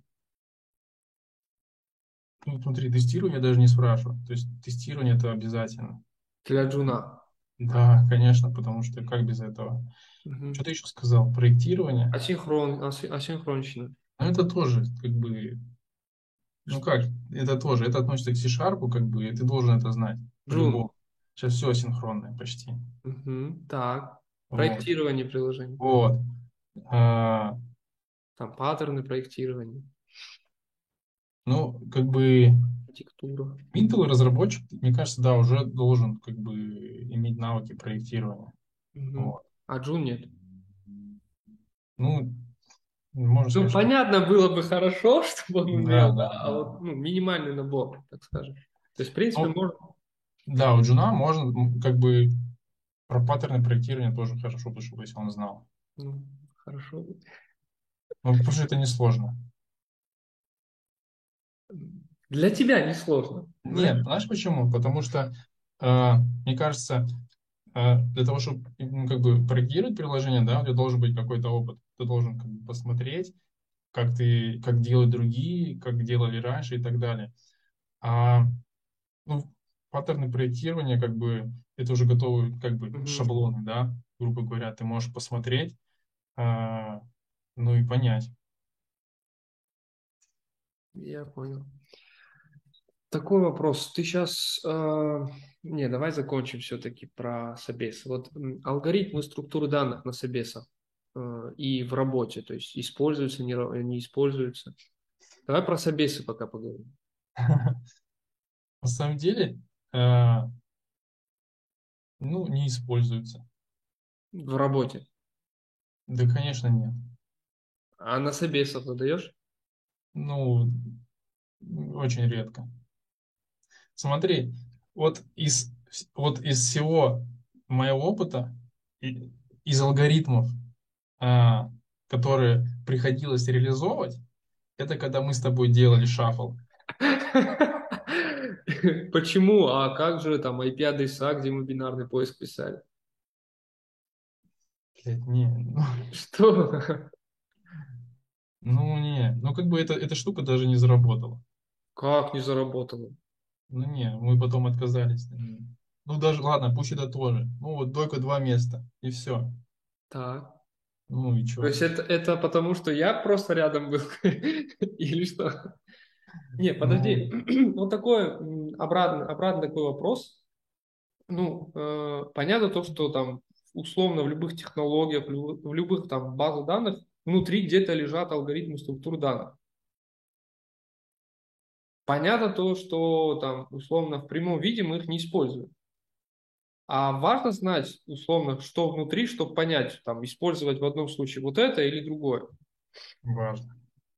Ну, смотри, тестирование даже не спрашиваю. То есть тестирование это обязательно. Для джуна. Да, конечно, потому что как без этого? Что Мгм. ты еще сказал? Проектирование? Асинхрон, асы- асинхронщина. Ну, это тоже, как бы, ну как, это тоже, это относится к C-Sharp, как бы, и ты должен это знать, Джун. по-любому. Сейчас все асинхронное почти. Мгм. Так. Вот. Проектирование приложений. Вот. А, Там паттерны проектирования, ну, как бы, архитектура. Intel разработчик, мне кажется, да, уже должен, как бы, иметь навыки проектирования. Мгм. Вот. А джун нет. Ну, можно Ну, сказать, что понятно, было бы хорошо, чтобы он да, умел, да, да, а да. вот ну, минимальный набор, так скажем. То есть, в принципе, Ну, можно. да, у Джуна можно, м, как бы, про паттерны проектирования тоже хорошо бы, чтобы если он знал. Ну, хорошо. Ну, потому что это несложно. Для тебя несложно, Нет, знаешь? знаешь почему? Потому что, э, мне кажется, э, для того, чтобы, ну, как бы, проектировать приложение, да, у тебя должен быть какой-то опыт. Ты должен, как бы, посмотреть, как ты, как делают другие, как делали раньше и так далее. А, ну, паттерны проектирования, как бы, это уже готовые, как бы, Мгм. шаблоны, да, грубо говоря, ты можешь посмотреть, а, ну и понять. Я понял. Такой вопрос. Ты сейчас... Не, давай закончим все-таки про собесы. Вот м, алгоритмы структуры данных на собесах э, и в работе, то есть используются, не, ра- не используются. Давай про собесы пока поговорим. На самом деле, а, ну, не используются. В работе. Да, конечно, нет. А на собесах задаешь? Ну, очень редко. Смотри, вот из, вот из всего моего опыта, и- из алгоритмов, а, которые приходилось реализовывать, это когда мы с тобой делали шаффл. Почему? А как же там ай пи-адреса, где мы бинарный поиск писали? Блядь, не, ну, Что? ну, не, ну как бы это, эта штука даже не заработала. Как не заработало? Ну не, мы потом отказались. Ну даже, ладно, пусть это тоже. Ну вот только два места, и все. Так. Ну и То чё? есть это, это потому, что я просто рядом был? Или что? Не, Ну, подожди. Вот такой м, обратный, обратный такой вопрос. Ну, э, понятно то, что там условно в любых технологиях, в любых, в любых там базах данных внутри где-то лежат алгоритмы структур данных. Понятно то, что там условно в прямом виде мы их не используем. А важно знать условно, что внутри, чтобы понять, там, использовать в одном случае вот это или другое. важно.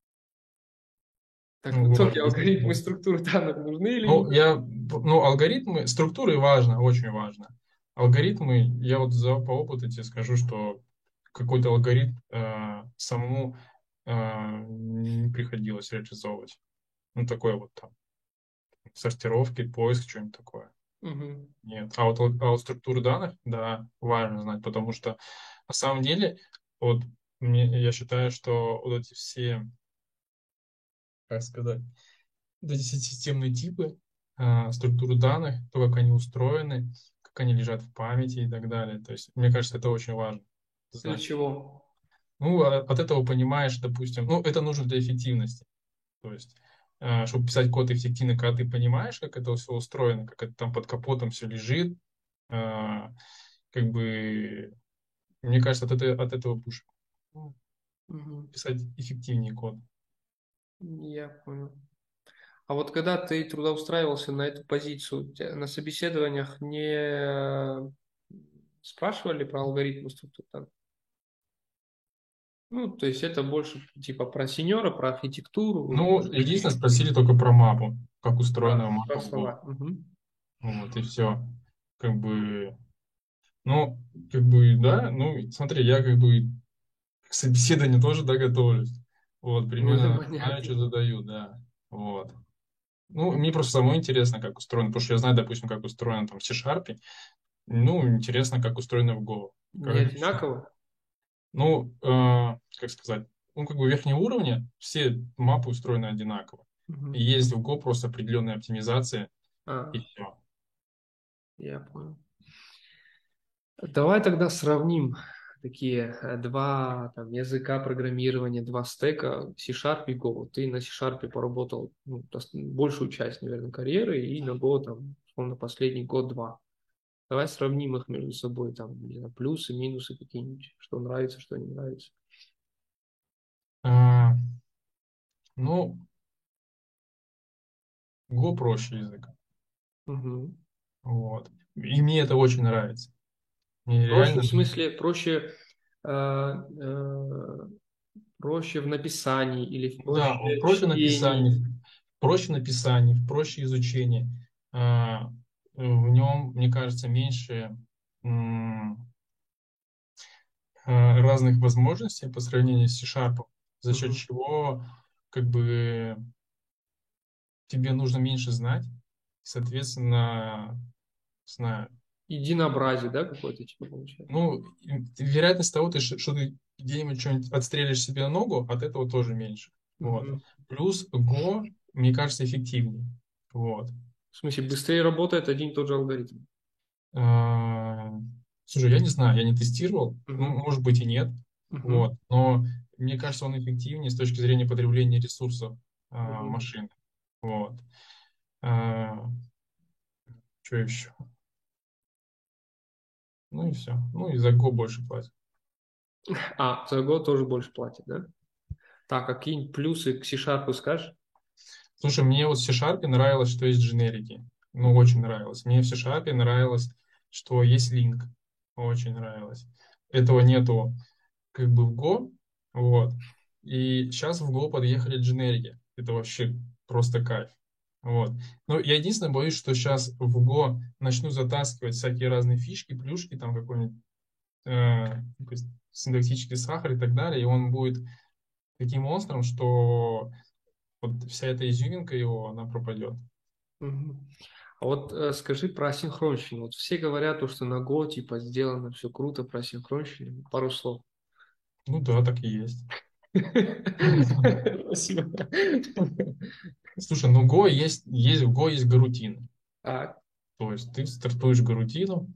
Так в Ну, итоге важно, алгоритмы действительно. структуры данных нужны или не? Ну, я, ну, алгоритмы, структуры важно, очень важно. Алгоритмы, я вот за, по опыту тебе скажу, что какой-то алгоритм э, самому э, не приходилось реализовывать. Ну, такой вот там, сортировки, поиск, что-нибудь такое. Мгм. Нет. А вот, а вот структуру данных, да, важно знать, потому что на самом деле, вот мне, я считаю, что вот эти все, как сказать, вот эти си- системные типы, а, структуры данных, то, как они устроены, как они лежат в памяти и так далее. То есть, мне кажется, это очень важно Для знать. чего? Ну, а от этого понимаешь, допустим, ну, это нужно для эффективности. То есть, а, чтобы писать код эффективно, когда ты понимаешь, как это все устроено, как это там под капотом все лежит, а, как бы, мне кажется, от, это- от этого будешь ну, Мгм. писать эффективнее код. Я понял. А вот когда ты трудоустраивался на эту позицию, тебя на собеседованиях не спрашивали про алгоритмы структур данных? Ну, то есть это больше типа про сеньора, про архитектуру, Ну, может быть, единственное, еще. спросили только про мапу, как устроена А, про мапа в Go. слова. Мгм. Вот, и все. Как бы, ну, как бы, да, ну, смотри, я как бы к собеседованию тоже, да, готовлюсь. Вот, Ну, это примерно знаю, понятно. что задаю, да. Вот. Ну, мне просто самому интересно, как устроено, потому что я знаю, допустим, как устроено там в C-Sharp. Ну, интересно, как устроено в Go. Не Как, одинаково? ну, э, как сказать, ну, как бы верхние уровни, все мапы устроены одинаково. И Мгм. есть в Go просто определенная оптимизация, и А, все. я понял. Давай тогда сравним такие э, два там, языка программирования, два стека C-Sharp и Go. Ты на C-Sharp поработал ну, дос- большую часть, наверное, карьеры, и на Go там, условно, последний год-два. Давай сравним их между собой, там, не знаю, плюсы, минусы какие-нибудь, что нравится, что не нравится. А, ну, Go проще язык. Мгм. Вот. И мне это очень нравится. Мне Проще, реально, в смысле, проще, э, э, проще в написании или да, он проще в проще написания, чтении. проще написания, проще изучения. А, в нем, мне кажется, меньше м, а, разных возможностей по сравнению с C-Sharp, за счет Мгм. чего как бы тебе нужно меньше знать, соответственно, знаю. Единообразие, да, какое-то типа получается? Ну, и вероятность того, ты, ш- что ты где-нибудь что-нибудь отстрелишь себе ногу, от этого тоже меньше. Вот. Мгм. Плюс Go, мне кажется, эффективнее. Вот. В смысле, быстрее работает один и тот же алгоритм. А, Слушай, я не знаю, я не тестировал, ну, Мгм. может быть и нет, Мгм. вот, но мне кажется, он эффективнее с точки зрения потребления ресурсов а, Мгм. машины. Вот. А, что еще? Ну и все. Ну и за Go больше платят. А, за Go тоже больше платят, да? Так, а какие плюсы к C-Sharp скажешь? Слушай, мне вот в C-Sharp нравилось, что есть дженерики. Ну, очень нравилось. Мне в C-Sharp нравилось, что есть link. Очень нравилось. Этого нету как бы в Go. Вот. И сейчас в Go подъехали дженерики. Это вообще просто кайф. Вот. Но я единственное боюсь, что сейчас в Go начну затаскивать всякие разные фишки, плюшки, там какой-нибудь э, какой синтаксический сахар и так далее, и он будет таким монстром, что вот вся эта изюминка его, она пропадет. Мгм. А вот э, скажи про асинхронщину. Вот все говорят, то, что на Go типа сделано все круто про асинхронщину. Пару слов. Ну да, так и есть. Спасибо. Слушай, ну Go есть, есть в Go есть гарутины. А, То есть ты стартуешь гарутину,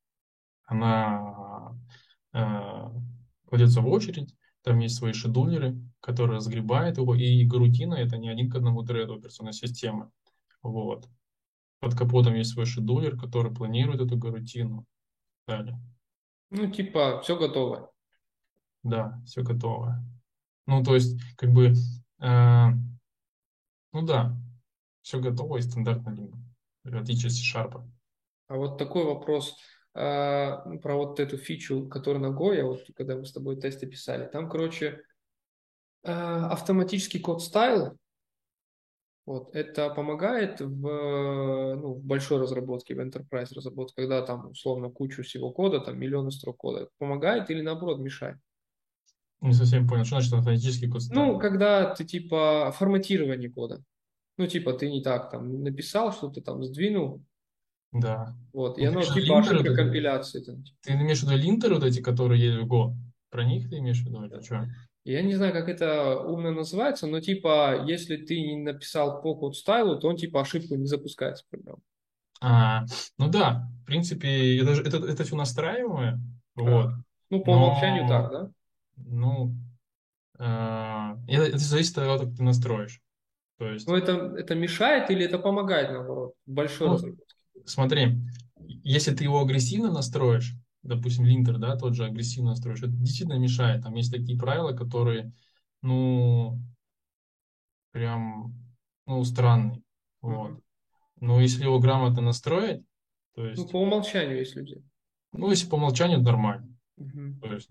она э, кладется в очередь, там есть свои шедулеры, которые разгребают его, и гарутина это не один к одному тред операционной системы. Вот. Под капотом есть свой шедулер, который планирует эту гарутину. Далее. ну, типа, все готово. Да, все готово. Ну, то есть, как бы, э, ну да, все готово и стандартно лингва, в отличие от C-Sharp. А вот такой вопрос а, ну, про вот эту фичу, которая на Go, я вот когда мы с тобой тесты писали, там, короче, а, автоматический код стайл, вот, это помогает в, ну, в большой разработке, в enterprise разработке, когда там условно кучу всего кода, там миллионы строк кода, помогает или наоборот мешает? Не совсем понял, что значит автоматический код Ну, ставим. когда ты типа форматирование кода, ну, типа ты не так там написал, что-то там сдвинул, Да. Вот, и Ну, ты оно имеешь в виду типа линтеры ошибка вот эти? компиляции. Там, типа. Ты имеешь в виду линтеры вот эти, которые есть в Go? Про них ты имеешь в виду или что? Я не знаю, как это умно называется, но типа, если ты не написал по код стайлу, то он типа ошибку не запускает с программы. А, ну да, в принципе, это, же- это, это все настраиваемое, А, вот. ну, по умолчанию так, Но, да? ну, а, это, это зависит от того, как ты настроишь. То Но есть, это, это мешает или это помогает, наоборот, в большой ну, разработке? смотри, если ты его агрессивно настроишь, допустим, линтер, да, тот же агрессивно настроишь, это действительно мешает. Там есть такие правила, которые, ну, прям, ну, странные. Вот. Мгм. Но если его грамотно настроить, то Ну, есть, по умолчанию, если взять. ну, если по умолчанию, нормально. Мгм. То есть,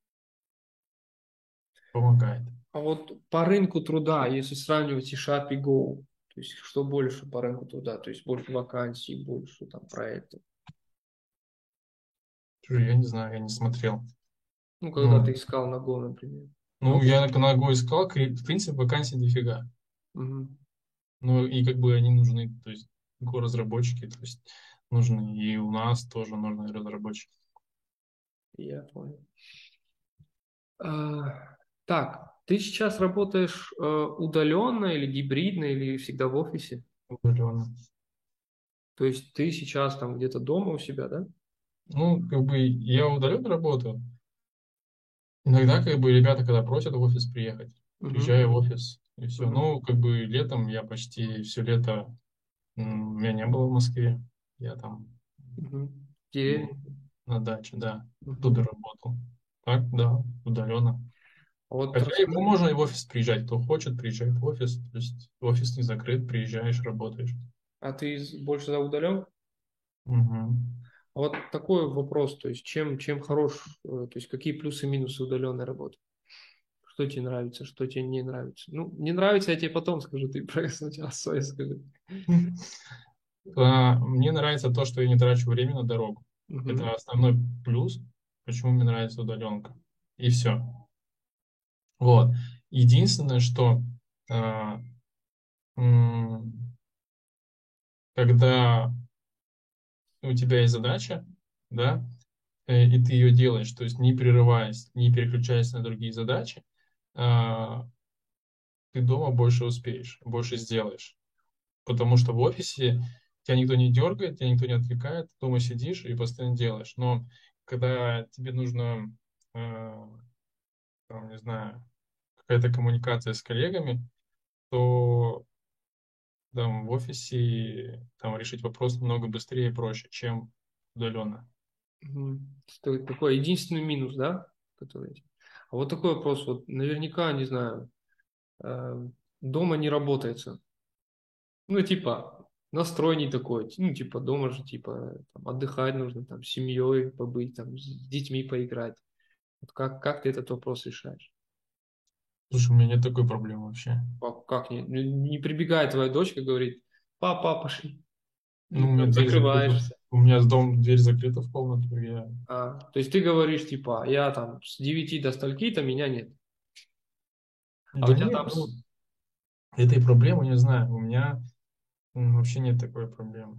помогает. А вот по рынку труда, если сравнивать C-Sharp и Go, то есть что больше по рынку труда, то есть больше вакансий, больше там проектов. Слушай, я не знаю, я не смотрел. Ну, когда Ну, ты искал на Go, например. ну Много? я на Go искал, кри- в принципе, вакансий дофига. Мгм. Ну, и как бы они нужны, то есть, Go-разработчики, то есть, нужны. И у нас тоже нужны разработчики. Я понял. А, так, ты сейчас работаешь э, удаленно или гибридно, или всегда в офисе? Удаленно. То есть ты сейчас там где-то дома у себя, да? Ну, как бы я удаленно работаю. Иногда, как бы, ребята, когда просят в офис приехать, Угу, приезжаю в офис, и все. угу, Ну, как бы, летом я почти все лето, м, меня не было в Москве. Я там угу. был Деревня. на даче, да. Угу. Оттуда работал. Так, да, удаленно. А вот Хотя его расскажи, можно и в офис приезжать. Кто хочет, приезжает в офис. То есть офис не закрыт, приезжаешь, работаешь. а ты из- больше за удален? Мгм. А вот такой вопрос, то есть чем, чем хорош, э, то есть какие плюсы и минусы удаленной работы? Что тебе нравится, что тебе не нравится? Ну, не нравится, я тебе потом скажу, ты про сначала свое скажи. А, Мне нравится то, что я не трачу время на дорогу. Угу, Это основной плюс, почему мне нравится удаленка. И все. Вот. Единственное, что а, м, когда у тебя есть задача, да, э, и ты ее делаешь, то есть не прерываясь, не переключаясь на другие задачи, а, ты дома больше успеешь, больше сделаешь. Потому что в офисе тебя никто не дергает, тебя никто не отвлекает, ты дома сидишь и постоянно делаешь. Но когда тебе нужно, э, там, не знаю, какая-то коммуникация с коллегами, то там в офисе там решить вопрос намного быстрее и проще, чем удаленно. угу. Это такой единственный минус, да? Который... есть. А вот такой вопрос, вот наверняка, не знаю, э, дома не работается. Ну, типа, настрой не такой, ну, типа, дома же, типа, там, отдыхать нужно, там, с семьей побыть, там, с детьми поиграть. Вот как, как ты этот вопрос решаешь? Слушай, у меня нет такой проблемы вообще. Как, как не, не не прибегает твоя дочка, говорит, папа, пошли. Ну, И у меня там дверь закрыта, закрываешься. у меня с дом, дверь закрыта в комнату, я... А, то есть ты говоришь, типа, я там с девяти до стольки-то меня нет. А у Да тебя нет, там... ну, с- этой проблемы не знаю, у меня м, вообще нет такой проблемы.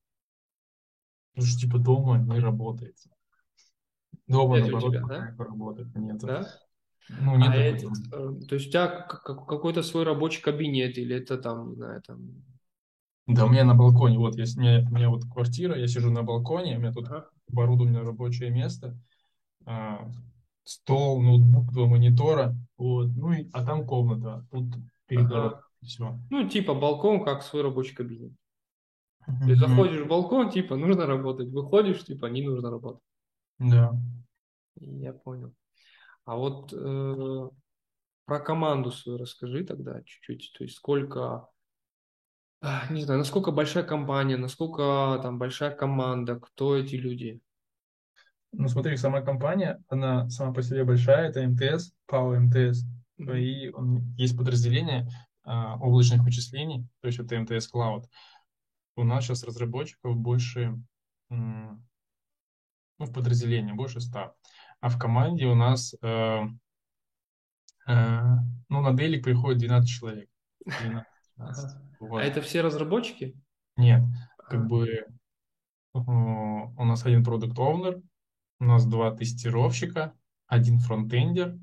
Потому что типа дома не работает. Дома, Нет у наоборот, тебя, да? плохая работает. Нет. Да? Ну, нет А такой этот, проблемы. э, то есть у тебя к- к- какой-то свой рабочий кабинет или это там, не знаю, там... Да, у меня на балконе, вот, есть, у меня, у меня вот квартира, я сижу на балконе, у меня тут Ага, оборудовано рабочее место, а, стол, ноутбук, два монитора, вот, ну, и, а там комната, тут перед дорогой, ага. все. Ну, типа балкон, как свой рабочий кабинет. То есть заходишь в балкон, типа, нужно работать. Выходишь, типа, не нужно работать. Да. Я понял. А вот э, про команду свою расскажи тогда чуть-чуть. То есть сколько, а, не знаю, насколько большая компания, насколько там большая команда, кто эти люди? Ну, смотри, сама компания, она сама по себе большая, это эм тэ эс, пау эм тэ эс, Мгм. и он, есть подразделение а, облачных вычислений, то есть это эм тэ эс Cloud. У нас сейчас разработчиков больше, м, ну, в подразделении больше ста. А в команде у нас, э, э, ну, на делик приходит двенадцать человек. Ага. двенадцать-двенадцать. А Вот. это все разработчики? Нет, как Ага. бы у нас один продукт оунер, у нас два тестировщика, один фронтендер,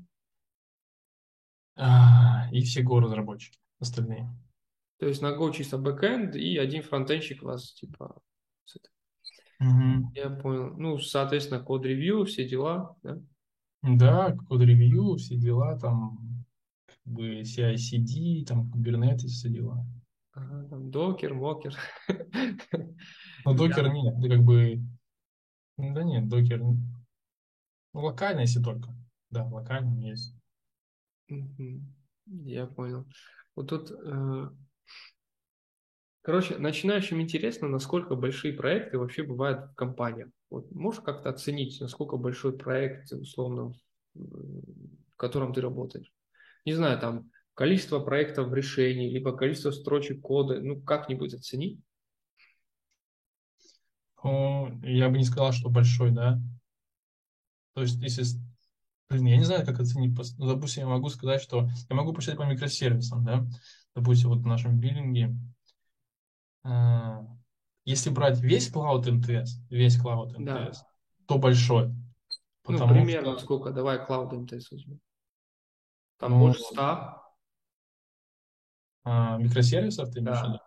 а, и все го-разработчики остальные. То есть на Go чисто бэкэнд и один фронтенщик у вас, типа, с этой- Мгм. я понял. Ну, соответственно, код-ревью, все дела, да? Да, код-ревью, все дела, там, как бы си ай си ди, там, Kubernetes, все дела. Ага, там докер, мокер. Но докер нет, это как бы, да нет, докер, ну, локально, если только. Да, локально есть. Мгм. Я понял. Вот тут, э, короче, начинающим интересно, насколько большие проекты вообще бывают в компаниях. Вот можешь как-то оценить, насколько большой проект, условно, в в котором ты работаешь? Не знаю, там, количество проектов в решении, либо количество строчек кода, ну, как-нибудь оценить? Ну, я бы не сказал, что большой, да. То есть, если, с- блин, я не знаю, как оценить. пос- Ну, допустим, я могу сказать, что я могу посчитать по микросервисам, да. Допустим, вот в нашем биллинге, а, если брать весь Cloud эм тэ эс, весь Cloud Да. эм тэ эс, то большой, Ну, потому примерно что, сколько? Давай Cloud эм тэ эс возьмем. Там ну, больше ста. а, микросервисов ты имеешь в виду? Да.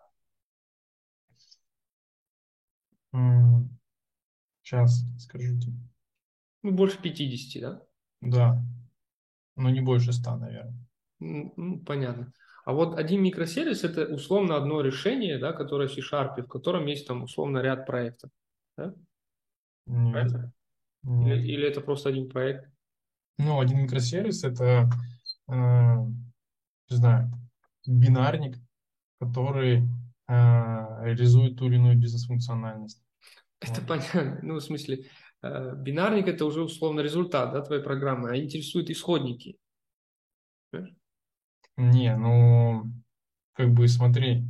Сейчас скажу тебе. Ну, больше пятидесяти, да? Да, но не больше ста, наверное. М, ну, понятно. А вот один микросервис – это условно одно решение, да, которое в C-Sharp, в котором есть там условно ряд проектов. Да? Нет, Правильно? Или, нет. или это просто один проект? Ну, один микросервис это, э, не знаю, бинарник, который э, реализует ту или иную бизнес-функциональность. Это Вот. понятно. Ну, в смысле, э, бинарник – это уже условно результат, да, твоей программы, а интересуют исходники. Понимаешь? Не, ну, как бы смотри,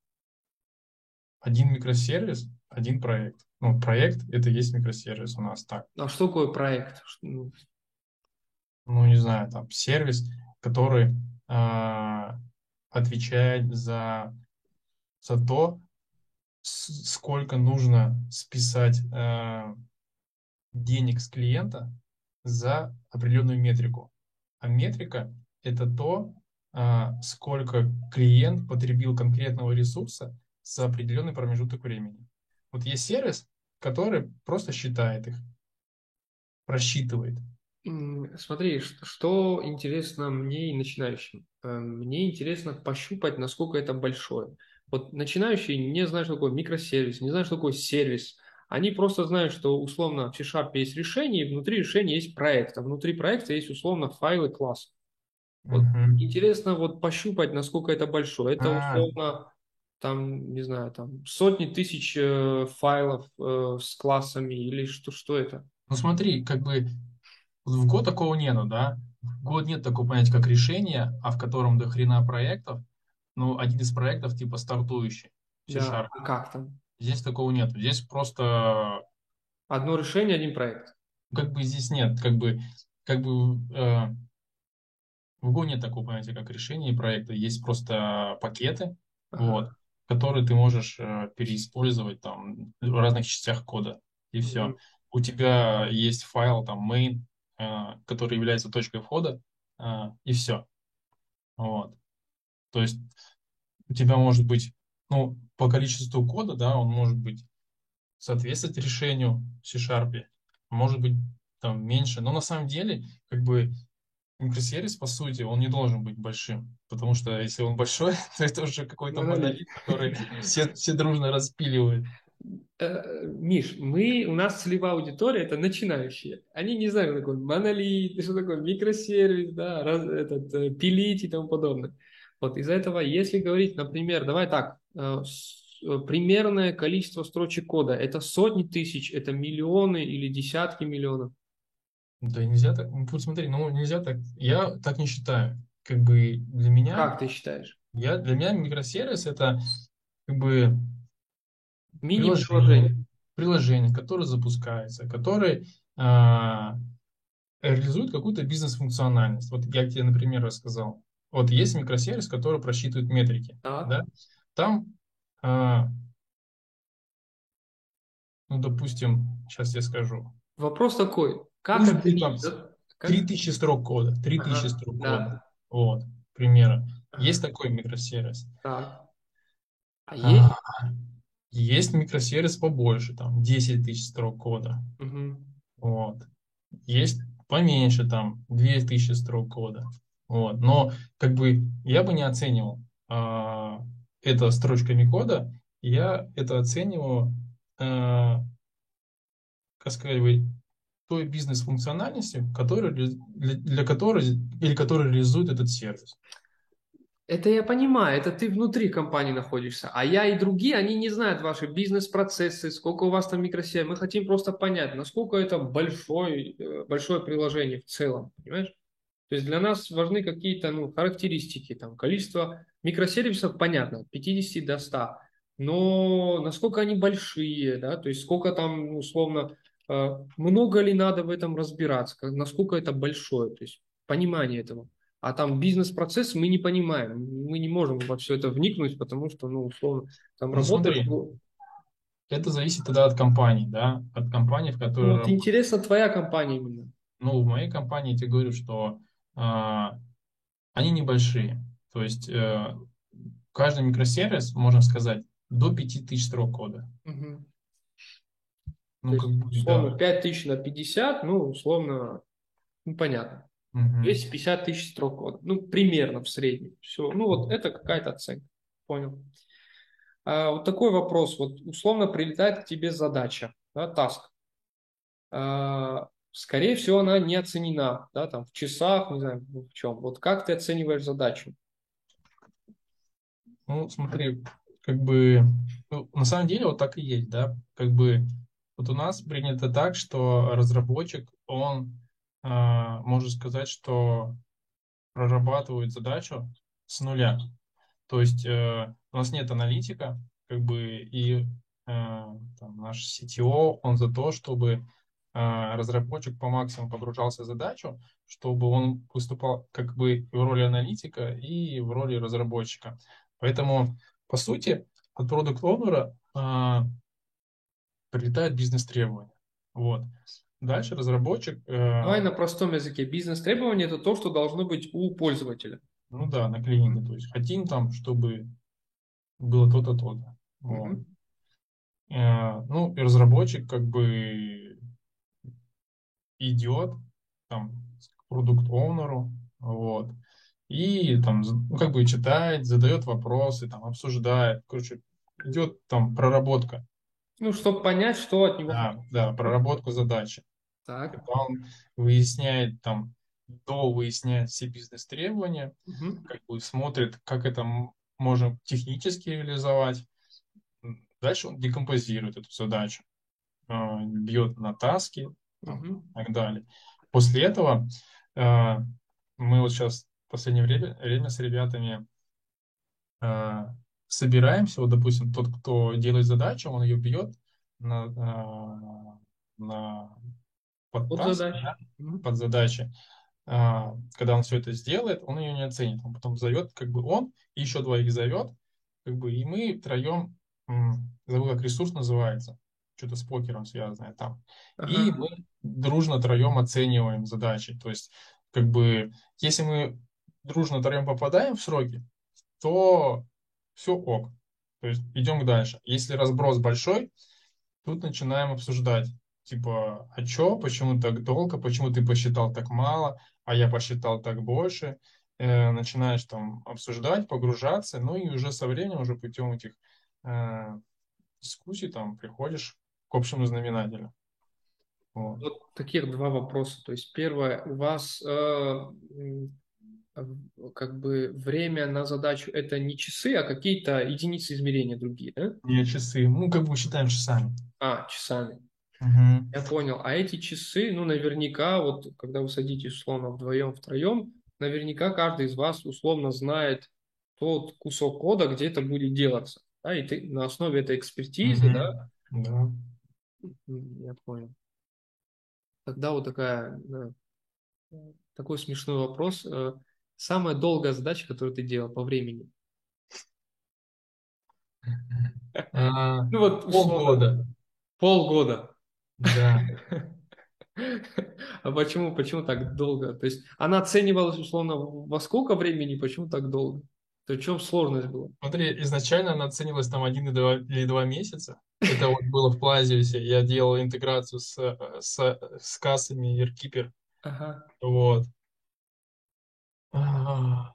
один микросервис, один проект. Ну, проект это и есть микросервис у нас так. А что такое проект? Ш- ну, Ну, не знаю, там сервис, который э, отвечает за, за то, с- сколько нужно списать э, денег с клиента за определенную метрику. А метрика – это то, а, сколько клиент потребил конкретного ресурса за определенный промежуток времени. Вот есть сервис, который просто считает их, просчитывает. м, Смотри, ш- что интересно мне и начинающим. Э, Мне интересно пощупать, насколько это большое. Вот начинающие не знают, что такое микросервис, не знают, что такое сервис. Они просто знают, что условно в C-Sharp есть решение, и внутри решения есть проект, а внутри проекта есть условно файлы класс. Вот Мгм. интересно вот пощупать, насколько это большое. Это А, условно там, не знаю, там сотни тысяч э, файлов э, с классами или что, что это? ну смотри, как бы в Go такого нету, да? В Go нет такого понятия, как решение, а в котором до хрена проектов, ну, один из проектов типа стартующий в Да, C-Sharp. а как там? Здесь такого нет. Здесь просто Одно решение, один проект. как бы здесь нет, как бы, как бы э, в Go нет такого понятия, как решение проекта. Есть просто пакеты, вот, Ага. которые ты можешь э, переиспользовать там в разных частях кода, и Мгм. все. У тебя есть файл там main, э, который является точкой входа, э, и все. Вот. То есть у тебя может быть, ну, по количеству кода, да, он может быть соответствовать решению в C-Sharp, может быть там меньше, но на самом деле, как бы микросервис, по сути, он не должен быть большим, потому что если он большой, то это уже какой-то Монолит. монолит, который все, все дружно распиливают. Э, Миш, мы, у нас целевая аудитория – это начинающие. Они не знают, что такое монолит, что такое микросервис, да, раз- этот, э, пилить и тому подобное. Вот из-за этого, если говорить, например, давай так, э, с- э, примерное количество строчек кода – это сотни тысяч, это миллионы или десятки миллионов. Да нельзя так, ну, вот смотри, ну нельзя так, я так не считаю. Как бы для меня, Как ты считаешь? я, для меня микросервис это как бы приложение, Мини-приложение. приложение, которое запускается, которое а, реализует какую-то бизнес-функциональность. Вот я тебе, например, рассказал. Вот есть микросервис, который просчитывает метрики. Так. Да? Там а, ну, допустим, сейчас я скажу. Вопрос такой, как Пусть будет там оценить, да? три Как? тысячи строк кода, три тысячи Ага, строк да, кода. Вот, к примеру. Есть ага, такой микросервис. так. А А, есть? есть микросервис побольше, там десять тысяч строк кода. Мгм. Вот. Есть поменьше, там две тысячи строк кода. Вот. Но как бы я бы не оценивал а, это строчками кода, я это оцениваю, а, как сказать бы, той бизнес-функциональностью, которую, ре- для, для которой или которую реализует этот сервис. Это я понимаю, это ты внутри компании находишься, а я и другие, они не знают ваши бизнес-процессы, сколько у вас там микросервисов. Мы хотим просто понять, насколько это большой, э, большое приложение в целом, понимаешь? То есть для нас важны какие-то ну, характеристики, там, количество микросервисов, понятно, от пятидесяти до ста, но насколько они большие, да, то есть сколько там, ну, условно, э, много ли надо в этом разбираться, как- насколько это большое, то есть понимание этого. А там бизнес-процесс мы не понимаем, мы не можем во все это вникнуть, потому что, ну, условно, там Ну работаешь, смотри, ну, это зависит тогда от компании, да, от компании, в ну, которой вот работаешь. интересно твоя компания именно. Ну, в моей компании я тебе говорю, что а, они небольшие. То есть э, каждый микросервис, можно сказать, до пяти тысяч строк кода. Мгм. То Ну, как есть, бы, условно, да. пять тысяч на пятьдесят, ну, условно, ну, понятно. Мгм. двести пятьдесят тысяч строк кода. Ну, примерно в среднем. Все. Ну, вот это какая-то оценка. Понял. А, вот такой вопрос. Вот условно прилетает к тебе задача, да, таск. А, скорее всего, она не оценена, да, там, в часах, не знаю, в чем. Вот как ты оцениваешь задачу? Ну, смотри, как бы, ну, на самом деле вот так и есть, да. Как бы, вот у нас принято так, что разработчик, он а, может сказать, что прорабатывает задачу с нуля. То есть э, у нас нет аналитика, как бы, и э, там, наш си ти о, он за то, чтобы э, разработчик по максимуму погружался в задачу, чтобы он выступал как бы в роли аналитика и в роли разработчика. Поэтому, по сути, от продукт оунера прилетает бизнес-требования. Вот. Дальше разработчик, Давай э, на простом языке. Бизнес-требование– это то, что должно быть у пользователя. ну да, на клинике, Мгм. то есть хотим там, чтобы было то-то, то-то. Вот. Мгм. Э, Ну, и разработчик как бы идет там к продукт-оунеру, вот, и там, з- ну, как бы читает, задает вопросы, там, обсуждает, короче, идет там проработка, Ну, чтобы понять, что от него да, хотят. да, проработка задачи. Так. Когда он выясняет там, до выясняет все бизнес-требования, Мгм. как бы смотрит, как это м- можем технически реализовать. М, Дальше он декомпозирует эту задачу, э, бьет на таски, там, Мгм. и так далее. После этого э, мы вот сейчас в последнее время, время с ребятами э, собираемся, вот, допустим, тот, кто делает задачу, он ее бьет на, э, на под Вот таски, задача. да, Мгм. под задачи. А, когда он все это сделает, он ее не оценит. Он потом зовет, как бы он, и еще двоих зовет, как бы, и мы втроем, м, забыл, как ресурс называется, что-то с покером связанное там. И Ага. мы дружно троем оцениваем задачи. То есть, как бы, если мы дружно троем попадаем в сроки, то все ок. То есть идем дальше. Если разброс большой, тут начинаем обсуждать, типа, а чё, почему так долго, почему ты посчитал так мало, а я посчитал так больше. Э, начинаешь там обсуждать, погружаться, ну и уже со временем, уже путем этих э, дискуссий там приходишь к общему знаменателю. Вот. Вот таких два вопроса. То есть первое, у вас э, м, в- как бы время на задачу это не часы, а какие-то единицы измерения другие, да? Не часы, ну как бы считаем часами. А, часами. Мгм. Я понял. А эти часы, ну, наверняка, вот когда вы садитесь условно вдвоем, втроем, наверняка каждый из вас условно знает тот кусок кода, где это будет делаться. Да, и ты на основе этой экспертизы, да, Мгм. Да. м, я понял. Тогда вот такая, да, такой смешной вопрос. Э, Самая долгая задача, которую ты делал по времени? А, Ну вот условно. полгода. Полгода. Да. А почему, почему так долго? То есть она оценивалась условно во сколько времени, почему так долго? То есть в чем сложность была? Смотри, изначально она оценивалась там один и два, или два месяца. Это вот было в Плазиусе. Я делал интеграцию с, э, с, с кассами AirKeeper. Ага. Вот. А,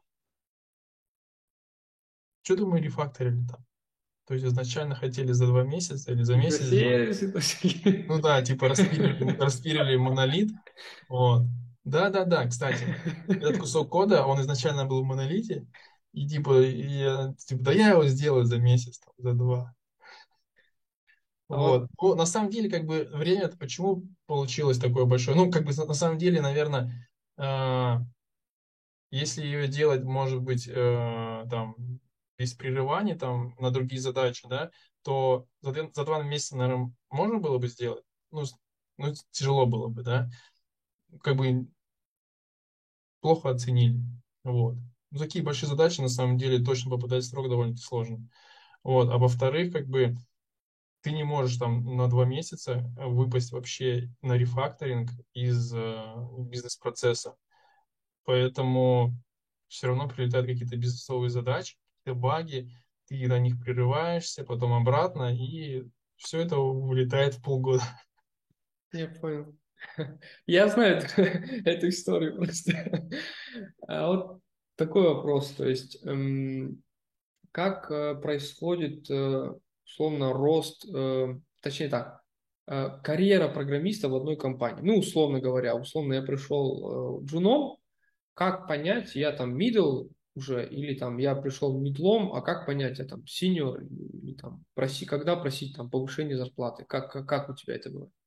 Что-то мы рефакторили там. То есть изначально хотели за два месяца или за месяц сделать. Микросервисы, то есть- Ну да, типа распилили, распилили монолит. Вот. Да-да-да, кстати, этот кусок кода, он изначально был в монолите. И типа, и я, типа, да я его сделаю за месяц, там, за два. А Вот. вот Ну, на самом деле, как бы, время-то почему получилось такое большое? Ну, как бы, на самом деле, наверное, э, если ее делать, может быть, э, там, без прерываний, там, на другие задачи, да, то за, две- за два месяца, наверное, можно было бы сделать. Ну, с- ну, тяжело было бы, да. Как бы плохо оценили. Вот. Ну, такие большие задачи, на самом деле, точно попадать в срок довольно-таки сложно. Вот. А во-вторых, как бы, ты не можешь там на два месяца выпасть вообще на рефакторинг из э, бизнес-процесса. Поэтому все равно прилетают какие-то бизнесовые задачи, какие-то баги, ты на них прерываешься, потом обратно, и все это вылетает в полгода. я понял. Я знаю эту, эту историю просто. А вот такой вопрос, то есть эм, как э, происходит э, условно рост, э, точнее так, э, карьера программиста в одной компании? Ну, условно говоря, условно я пришел э, джуном, как понять, я там middle уже, или там я пришел медлом, а как понять, я там senior, или там проси, когда просить там повышение зарплаты? Как, как, как у тебя это было?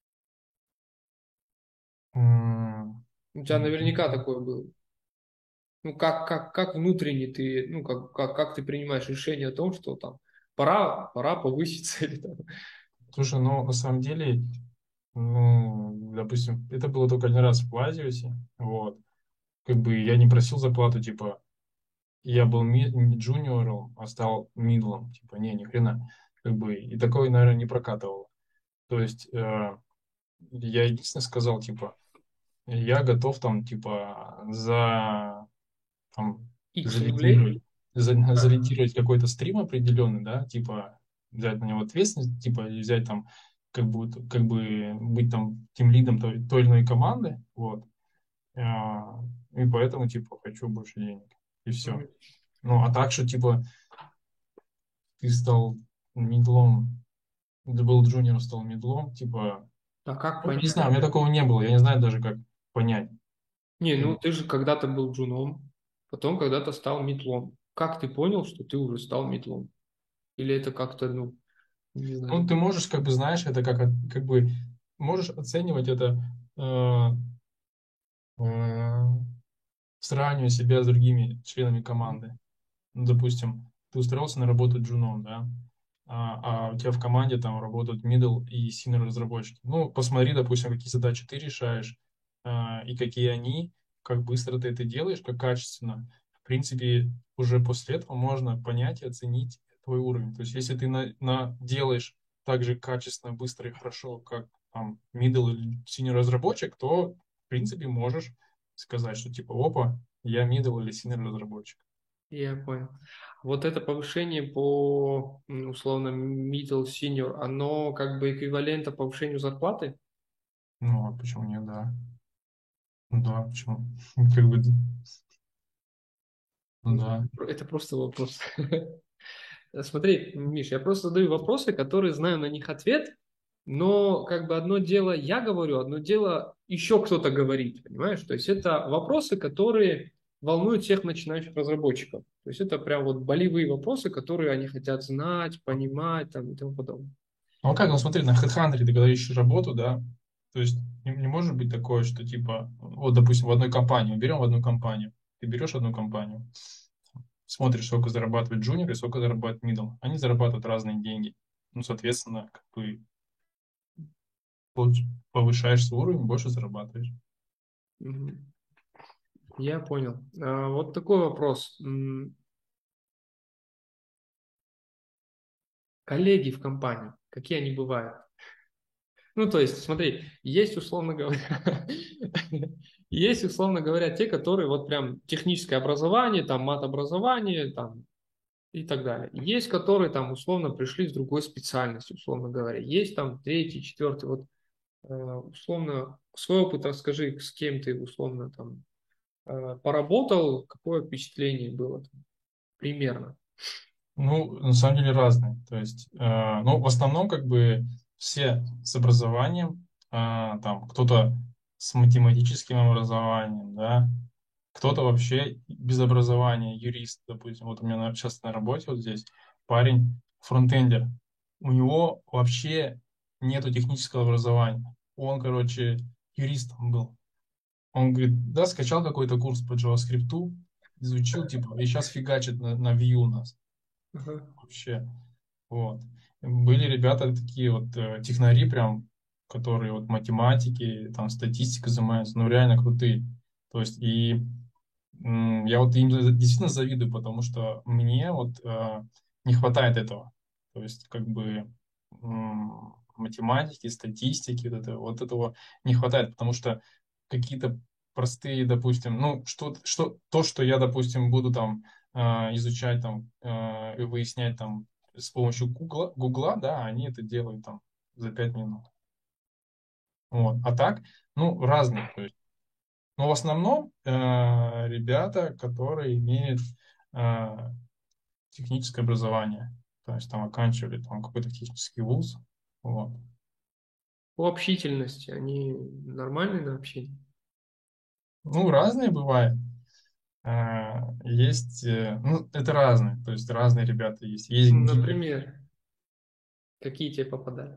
М, У тебя наверняка такое было. Ну, как, как, как внутренне ты, ну, как, как, как ты принимаешь решение о том, что там пора, пора повыситься или там. Слушай, ну на самом деле, ну, допустим, это было только один раз в Плазиусе, вот. Как бы я не просил зарплату, типа, я был ми- ми- джуниором, а стал мидлом, типа, не, ни хрена. Как бы, и такое, наверное, не прокатывало. То есть, э, я единственное сказал, типа, я готов там, типа, за, там, X рублей? залидировать, за- А, залидировать какой-то стрим определенный, да, типа, взять на него ответственность, типа, и взять там, как бы, вот- как бы быть там тем лидом той, той или иной команды, вот. А, и поэтому, типа, хочу больше денег. И все. мгм. Ну, а так, что, типа, ты стал мидлом, ты был джуниором, стал мидлом, типа, А как ну, не понять? знаю, у меня такого не было, я не знаю даже, как понять. Не, Как ну бы, ты же когда-то был джуном, потом когда-то стал метлом. Как ты понял, что ты уже стал метлом? Или это как-то, ну, не ну, знаю. ты можешь, как бы, знаешь, это как, от- как бы, можешь оценивать это, э, э, сравнивая себя с другими членами команды. Ну, допустим, ты устроился на работу джуном, да, а, а у тебя в команде там работают middle и senior разработчики. Ну, посмотри, допустим, какие задачи ты решаешь, а, и какие они, как быстро ты это делаешь, как качественно. В принципе, уже после этого можно понять и оценить твой уровень. То есть, если ты на, на- делаешь так же качественно, быстро и хорошо, как там middle или senior разработчик, то, в принципе, можешь сказать, что типа, опа, я middle или senior разработчик. Я понял. Вот это повышение по, м, условно, middle, senior, оно как бы эквивалентно повышению зарплаты? Ну, а почему нет, да. Ну да, почему? Как бы, ну Ну, да. это просто вопрос. Смотри, Миш, я просто задаю вопросы, которые знаю на них ответ, но как бы одно дело я говорю, одно дело еще кто-то говорит, понимаешь? То есть это вопросы, которые волнуют всех начинающих разработчиков. То есть это прям вот болевые вопросы, которые они хотят знать, понимать там, и тому подобное. Ну а как, ну смотри, на HeadHunter ты когда ищешь работу, да, то есть не, не может быть такое, что типа, вот, допустим, в одной компании, берем в одну компанию, ты берешь одну компанию, смотришь, сколько зарабатывает джуниор и сколько зарабатывает middle. Они зарабатывают разные деньги. Ну, соответственно, как бы получ- повышаешь свой уровень, больше зарабатываешь. Мгм. Я понял. А, вот такой вопрос. М, Коллеги в компании, какие они бывают? Ну, то есть, смотри, есть, условно говоря, есть, условно говоря, те, которые вот прям техническое образование, там, мат-образование, там, и так далее. Есть, которые там условно пришли с другой специальностью, условно говоря. Есть там третий, четвертый, вот э, условно свой опыт расскажи, с кем ты условно там э, поработал, какое впечатление было там, примерно. Ну, на самом деле разные. То есть, э, ну, в основном, как бы, все с образованием, а, там, кто-то с математическим образованием, да, кто-то вообще без образования, юрист, допустим. Вот у меня на- сейчас на работе вот здесь парень фронтендер. У него вообще нету технического образования. Он, короче, юристом был. Он говорит, да, скачал какой-то курс по JavaScript, изучил, типа, и сейчас фигачит на, на Vue у нас Ага. вообще. Вот. Были ребята такие вот э, технари прям, которые вот математики, там статистикой занимаются, ну реально крутые. То есть и м, я вот им за- действительно завидую, потому что мне вот э, не хватает этого. То есть как бы м, математики, статистики, вот, это, вот этого не хватает, потому что какие-то простые, допустим, ну что, что, то, что я, допустим, буду там а, изучать там а, и выяснять там с помощью Гугла, Гугла, да, они это делают там за пять минут. Вот. А так, ну, разные. То есть, но в основном э, ребята, которые имеют э, техническое образование, то есть там оканчивали там какой-то технический вуз. Вот. По общительности они нормальные на общение? Ну, разные бывают. А, есть, э, ну, это разные, то есть разные ребята есть. Есть гипер, Например, какие тебе попадают?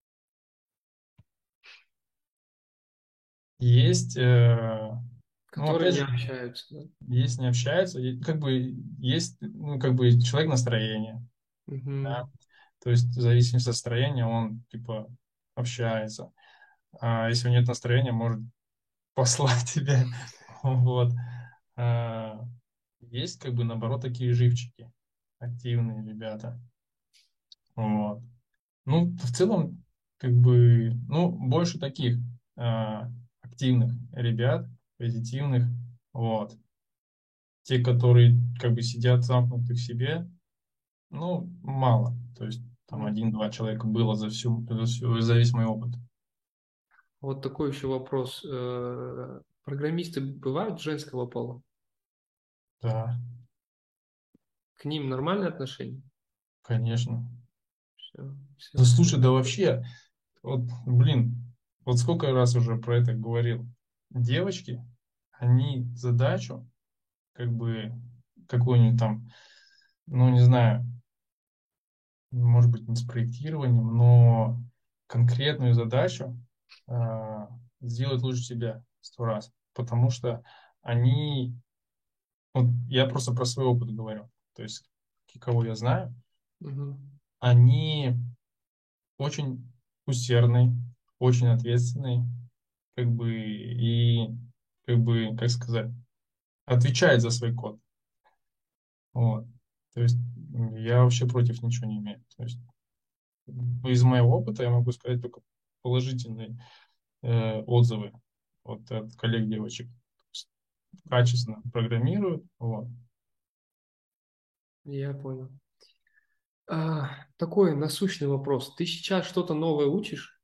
есть, э, ну, Которые опять не же, общаются, да? есть не общаются, и как бы есть, ну, как бы человек настроения, да, Мгм. то есть в зависимости от настроения он, типа, общается, а если нет настроения, может послать тебя, вот. А, есть, как бы, наоборот, такие живчики, активные ребята, вот. Ну, в целом, как бы, ну, больше таких а, активных ребят, позитивных, вот. Те, которые как бы сидят замкнуты в себе, ну, мало. То есть там Мгм. один-два человека было за всю, за всю, за весь мой опыт. Вот такой еще вопрос. Э, Программисты бывают женского пола? Да, К ним нормальное отношение? конечно. Все, Да все. слушай, да вообще, вот, блин, вот сколько раз уже про это говорил. Девочки, они задачу, как бы, какую-нибудь там, ну, не знаю, может быть, не с проектированием, но конкретную задачу а, сделать лучше себя сто раз. Потому что они, вот я просто про свой опыт говорю, то есть кого я знаю, они очень усердные, очень ответственные, как бы, и, как бы, как сказать, отвечают за свой код. Вот. То есть я вообще против ничего не имею. То есть из моего опыта я могу сказать только положительные э, отзывы вот, от коллег девочек. Качественно программируют. Вот. Я понял. А, такой насущный вопрос. Ты сейчас что-то новое учишь?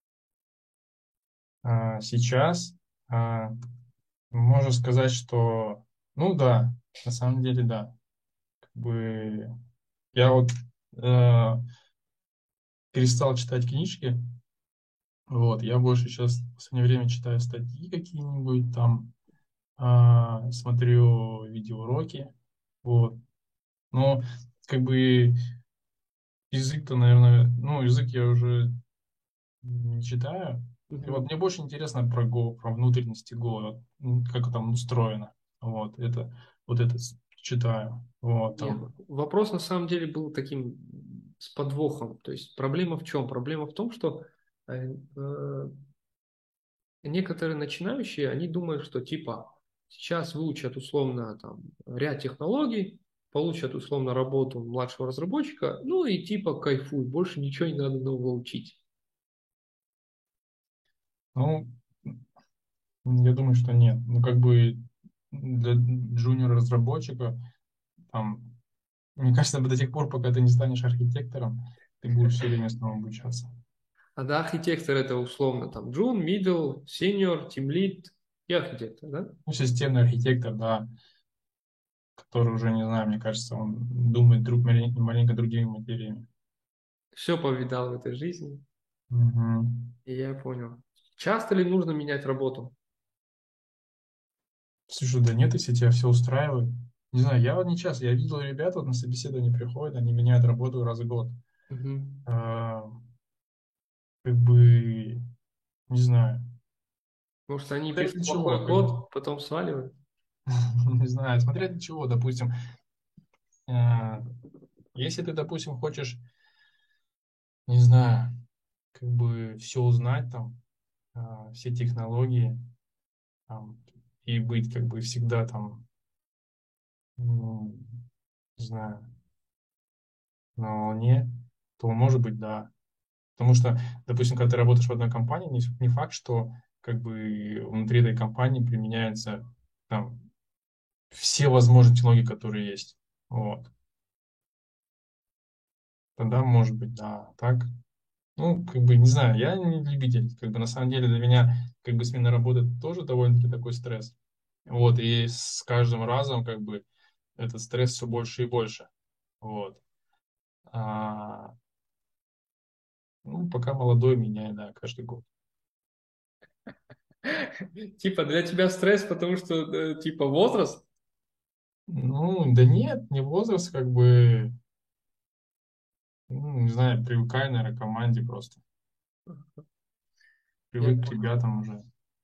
А сейчас а, можно сказать, что ну да, на самом деле да. Как бы я вот э, перестал читать книжки. Вот, я больше сейчас в последнее время читаю статьи какие-нибудь там, а, смотрю видеоуроки. Вот. Но как бы язык-то, наверное, ну, язык я уже не читаю. И вот Мгм. мне больше интересно про Go, про внутренности Go, вот, м, как там устроено. Вот это, вот это с- читаю. Вот Не, там. вопрос на самом деле был таким с подвохом. То есть проблема в чем? Проблема в том, что э, э, некоторые начинающие, они думают, что типа сейчас выучат условно там ряд технологий, получат условно работу младшего разработчика, ну и типа кайфуй, больше ничего не надо нового учить. Ну, я думаю, что нет. Ну, как бы для джуниор-разработчика, там, мне кажется, до тех пор, пока ты не станешь архитектором, ты будешь все время снова обучаться. А да, архитектор это условно там джун, middle, senior, team lead и архитектор, да? Ну, системный архитектор, да, который уже, не знаю, мне кажется, он думает друг, маленько, маленько другими материями. Все повидал в этой жизни, Мгм. и я понял. Часто ли нужно менять работу? Слушай, да нет, если тебя все устраивает. Не знаю, я вот не часто, я видел ребят, вот на собеседование приходят, они меняют работу раз в год. Мгм. А, как бы, не знаю. Может, они Смотря пишут для чего, плохой как бы. код, потом сваливают? Не знаю, смотря для чего, допустим. а, Если ты, допустим, хочешь, не знаю, как бы все узнать там, а, все технологии, там, и быть как бы всегда там, ну, не знаю, на волне, то может быть, да. Потому что, допустим, когда ты работаешь в одной компании, не, не факт, что как бы внутри этой компании применяются там все возможные технологии, которые есть. Вот. Тогда, может быть, да. Так, ну, как бы, не знаю, я не любитель. Как бы, на самом деле, для меня, как бы, смена работы тоже довольно-таки такой стресс. Вот, и с каждым разом, как бы, этот стресс все больше и больше. Вот. А, ну, пока молодой, меняй, да, каждый год. Типа для тебя стресс, потому что э, типа возраст? Ну, да нет, не возраст, как бы, ну, не знаю, привыкай, наверное, к команде просто. Я Привык к ребятам уже.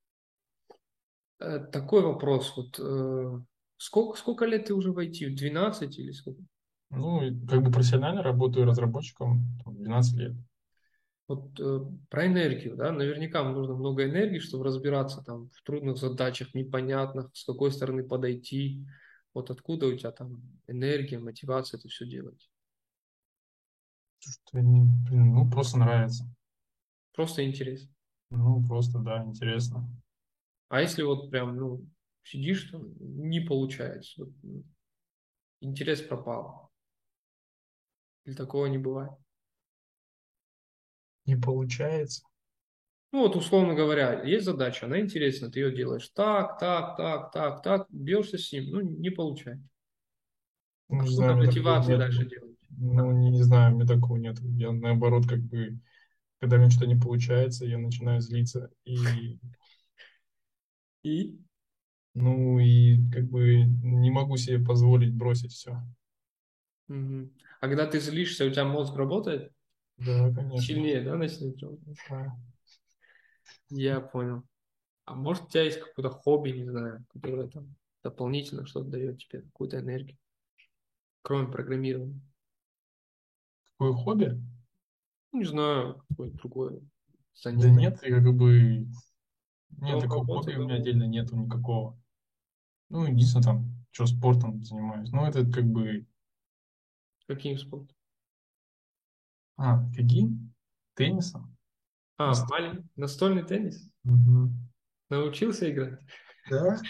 Э, Такой вопрос. Вот, э, сколько, сколько лет ты уже в ай ти? Двенадцать или сколько? Ну, и как бы профессионально работаю разработчиком там, двенадцать лет. Вот э, про энергию, да, наверняка нужно много энергии, чтобы разбираться там в трудных задачах, непонятных, с какой стороны подойти. Вот откуда у тебя там энергия, мотивация это все делать? Что, блин, ну, просто нравится. Просто интерес. Ну, просто, да, интересно. А если вот прям, ну, сидишь там, не получается, вот, ну, интерес пропал, или такого не бывает? Не получается. Ну вот, условно говоря, есть задача, она интересна, ты ее делаешь так, так, так, так, так, бьешься с ним, ну, не получается. Не Откуда знаю, у меня такого мотивация нет. дальше делать? Ну, не, не знаю, у меня такого нет. Я наоборот, как бы, когда мне что-то не получается, я начинаю злиться. И, И? ну, и как бы не могу себе позволить бросить все. Мгм. А когда ты злишься, у тебя мозг работает Да, конечно. сильнее, да, начнет работать? Да. Я понял. А может, у тебя есть какое-то хобби, не знаю, которое там дополнительно что-то дает тебе, какую-то энергию, кроме программирования? Какое хобби? Ну, не знаю, какое-то другое Да занятие. нет, я как бы... Нет, Дом, такого работа, хобби у меня дом. отдельно нету никакого. Ну, единственное, там, что спортом занимаюсь. Ну, это как бы... Каким спортом? А, каким? Теннисом? А, Настольным. маленький настольный теннис? Мгм. Научился играть? Да?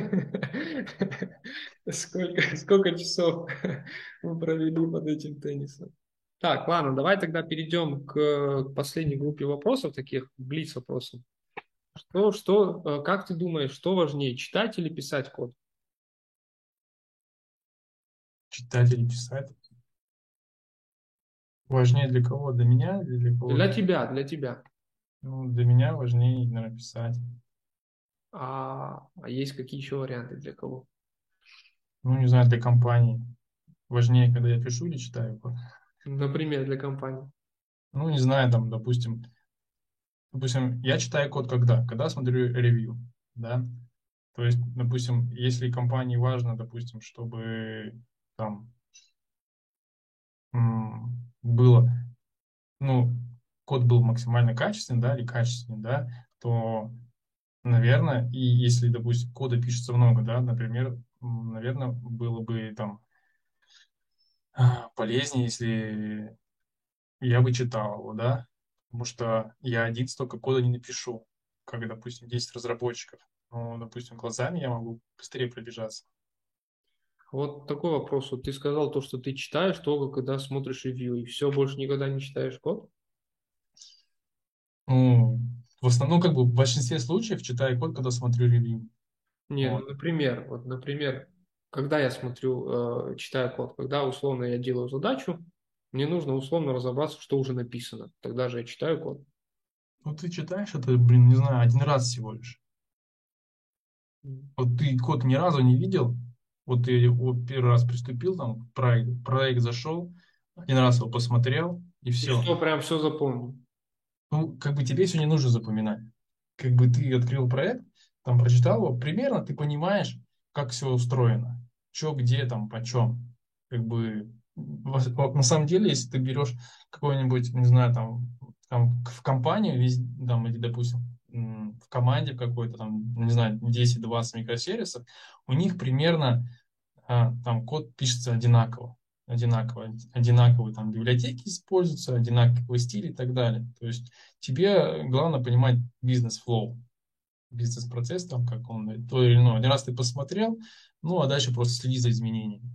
Сколько, сколько часов мы провели под этим теннисом? Так, ладно, давай тогда перейдем к последней группе вопросов, таких блиц-вопросов. Что, что, э, как ты думаешь, что важнее, читать или писать код? Читать или писать? Важнее для кого? Для меня или для Для кого-то? тебя, для тебя. Ну, для меня важнее, наверное, писать. А, а есть какие еще варианты для кого? Ну, не знаю, для компании. Важнее, когда я пишу или читаю код. Например, для компании. Ну, не знаю, там, допустим, допустим, я читаю код когда? Когда смотрю ревью, да? То есть, допустим, если компании важно, допустим, чтобы там м, было, ну, код был максимально качественный, да, или качественный, да, то, наверное, и если, допустим, кода пишется много, да, например, наверное, было бы там а, полезнее, если я бы читал его, да, потому что я один столько кода не напишу. как, допустим, десять разработчиков. Но, допустим, глазами я могу быстрее пробежаться. Вот такой вопрос. Вот ты сказал то, что ты читаешь только когда смотришь ревью, и все, больше никогда не читаешь код? Ну, в основном, как бы в большинстве случаев читаю код, когда смотрю ревью. Не, Вот. ну, например, вот, например, когда я смотрю, э, читаю код, когда условно я делаю задачу, мне нужно условно разобраться, что уже написано. Тогда же я читаю код. Ну, ты читаешь это, блин, не знаю, один раз всего лишь. Мгм. Вот ты код ни разу не видел, вот ты вот первый раз приступил, там, проект, проект зашел, один раз его посмотрел, и И все. что, прям все запомнил. Ну, как бы тебе все не нужно запоминать. Как бы ты открыл проект, там прочитал его, примерно ты понимаешь, как все устроено, что, где, там, почем. Как бы во- во- на самом деле, если ты берешь какой-нибудь, не знаю, там, там в компанию, вез- там, или, допустим, м, в команде какой-то, там, не знаю, десять-двадцать микросервисов, у них примерно а, там код пишется одинаково, одинаково, одинаковые там библиотеки используются, одинаковый стиль и так далее. То есть тебе главное понимать бизнес-флоу, бизнес-процесс, там, как он, то или иное. Один раз ты посмотрел, ну, а дальше просто следи за изменениями.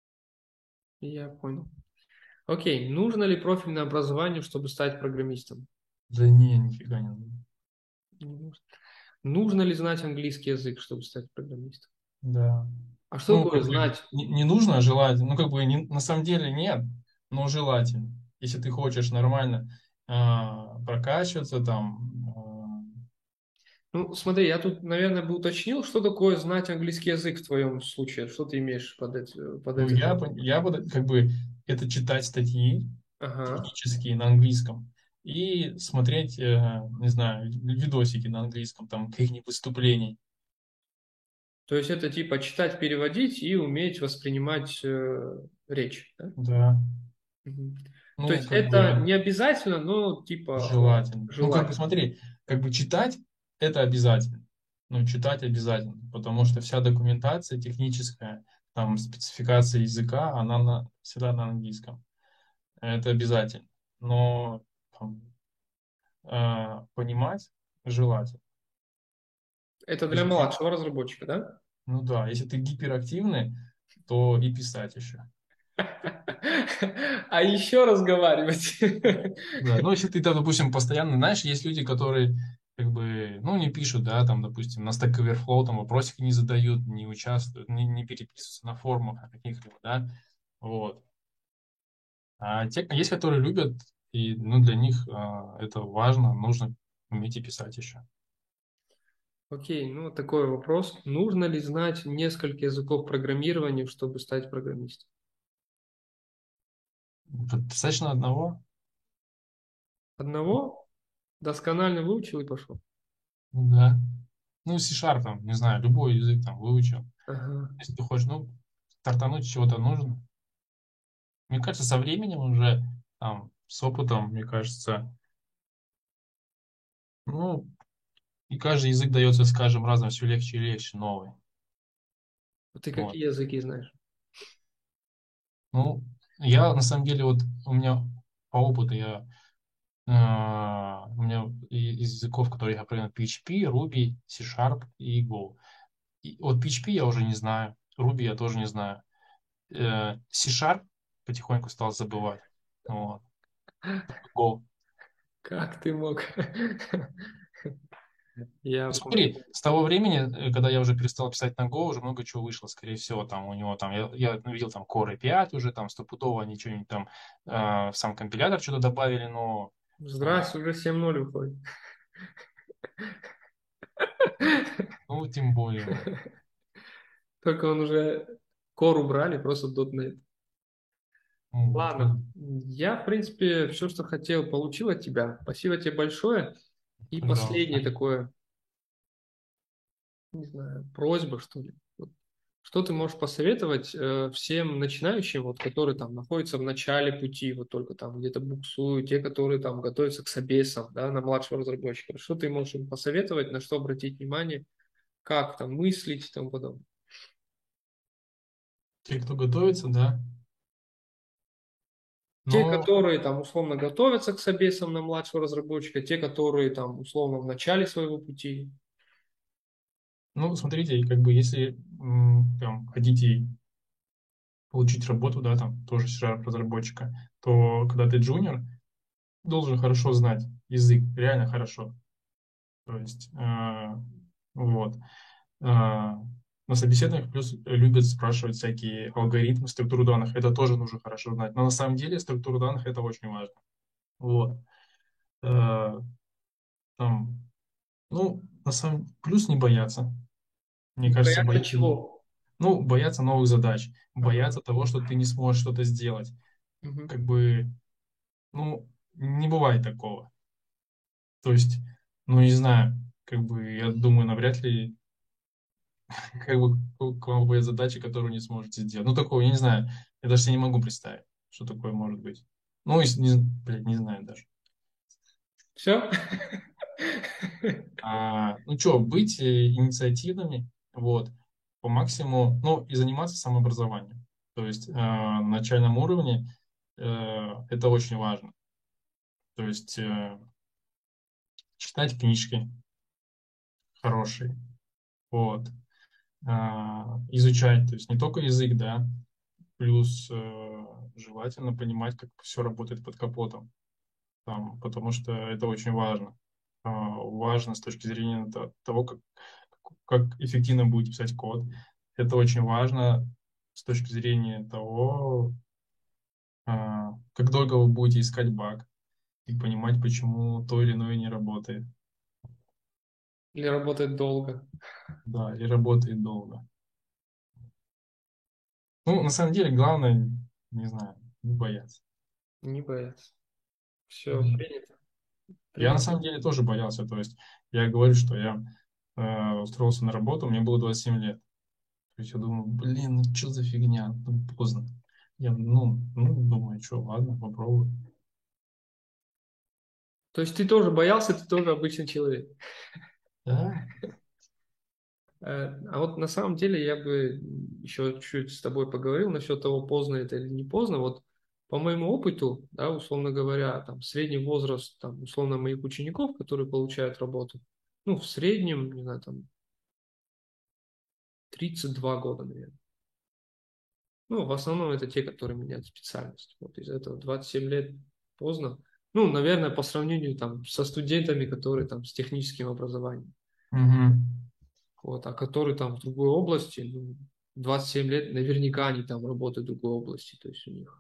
Я понял. Окей, нужно ли профильное образование, чтобы стать программистом? Да не, нифига не надо. Не нужно. Нужно ли знать английский язык, чтобы стать программистом? Да. А что Ну, такое как бы знать? не, не нужно, а желательно. Ну, как бы не- на самом деле нет, но желательно. Если ты хочешь нормально а, прокачиваться, там, а, Ну, смотри, я тут, наверное, бы уточнил, что такое знать английский язык в твоем случае. Что ты имеешь под, эти- под ну, этой я, фразой? бы- я бы, как бы, это читать статьи Ага. технические на английском и смотреть, э, не знаю, видосики на английском, там, каких-нибудь выступлений. То есть это типа читать, переводить и уметь воспринимать э, речь, да? Да. Мгм. То Ну, есть как бы, это а, не обязательно, но типа желательно. Ну, как бы, желательно. смотри, как бы читать это обязательно. Ну, читать обязательно, потому что вся документация техническая, там, спецификация языка, она на, всегда на английском. Это обязательно. Но там, э, понимать желательно. Это То для есть младшего разработчика, да? ну да, если ты гиперактивный, то и писать еще. А еще разговаривать. Да, ну если ты, там, допустим, постоянно, знаешь, есть люди, которые как бы, ну, не пишут, да, там, допустим, на Stack Overflow, там, вопросики не задают, не участвуют, не, не переписываются на форумах на каких-либо, да, вот. А те, есть, которые любят, и, ну, для них а, это важно, нужно уметь и писать еще. Окей, ну такой вопрос. Нужно ли знать несколько языков программирования, чтобы стать программистом? Достаточно одного, Одного досконально выучил и пошел. да. Ну, C-Sharp, там, не знаю, любой язык там выучил. Ага. Если ты хочешь, ну, стартануть с чего-то нужно. Мне кажется, со временем уже, там, с опытом, мне кажется, ну, и каждый язык дается с каждым разом все легче и легче, новый. А ты Вот. какие языки знаешь? Ну, я, на самом деле, вот у меня по опыту, я, а, у меня и- из языков, которые я проверил, P H P, Ruby, C-Sharp и Go. И вот P H P я уже не знаю, Ruby я тоже не знаю. Э, C-Sharp потихоньку стал забывать. Вот. Go. Как ты мог? Я Ну, понял. смотри, с того времени, э, когда я уже перестал писать на Go, уже много чего вышло, скорее всего, там у него там, я, я видел там Core эй пи ай уже, там стопудово они что-нибудь там э, в сам компилятор что-то добавили, но а, Здрасте, уже семь ноль выходит. ну, тем более, вот. Только он уже Core убрали, просто .дот нет. Ну, вот, вот, Ладно, я, в принципе, все, что хотел, получил от тебя. Спасибо тебе большое. И последнее пожалуйста. такое, не знаю, просьба, что ли. Вот что ты можешь посоветовать э, всем начинающим, вот, которые там находятся в начале пути, вот только там где-то буксуют, те, которые там готовятся к собесам, да, на младшего разработчика. Что ты можешь им посоветовать, на что обратить внимание, как там мыслить и тому подобное? Те, кто готовится, да, Те, Но, которые там условно готовятся к собесам на младшего разработчика, те, которые там условно в начале своего пути. ну, смотрите, как бы если м, там хотите получить работу, да, там тоже разработчика, то когда ты джуниор, должен хорошо знать язык, реально хорошо. То есть, э, вот. Э, на собеседованиях плюс любят спрашивать всякие алгоритмы, структуру данных. Это тоже нужно хорошо знать. Но на самом деле структура данных это очень важно. Вот. Э, там, ну, на самом плюс не бояться. Мне кажется, Боятся боя... чего? ну, бояться новых задач, Ага. бояться того, что ты не сможешь что-то сделать. Мгм. Как бы, ну, не бывает такого. То есть, ну, не знаю, как бы, я думаю, навряд ли как бы к вам будет задача, которую не сможете сделать. Ну, такого, я не знаю. Я даже себе не могу представить, что такое может быть. Ну, если не, блядь, не знаю даже. Все? А, ну, что, быть э, инициативными, вот, по максимуму, ну, и заниматься самообразованием. То есть, э, на начальном уровне э, это очень важно. То есть, э, читать книжки хорошие, вот, а, изучать, то есть не только язык, да, плюс э, желательно понимать, как все работает под капотом, там, потому что это очень важно. А, важно с точки зрения то- того, как, как эффективно будете писать код. Это очень важно с точки зрения того, а, как долго вы будете искать баг и понимать, почему то или иное не работает. Или работает долго? Да, и работает долго. Ну, на самом деле, главное, не знаю, не бояться. Не боятся. Все, Мгм. принято. Я на Принято. самом деле тоже боялся. То есть я говорю, что я э, устроился на работу, мне было двадцать семь лет. То есть я думаю, блин, ну что за фигня, ну поздно. Я, ну, ну, думаю, что, ладно, попробую. То есть ты тоже боялся, ты тоже обычный человек. Да. Э, А вот на самом деле я бы еще чуть с тобой поговорил насчет того, поздно это или не поздно. Вот по моему опыту, да, условно говоря, там средний возраст, там, условно, моих учеников, которые получают работу, ну, в среднем, не знаю, там, тридцать два года, наверное. Ну, в основном это те, которые меняют специальность. Вот из этого двадцать семь лет поздно. Ну, наверное, по сравнению там со студентами, которые там с техническим образованием. Мгм. Вот, а которые там в другой области, ну, двадцать семь лет, наверняка они там работают в другой области, то есть у них.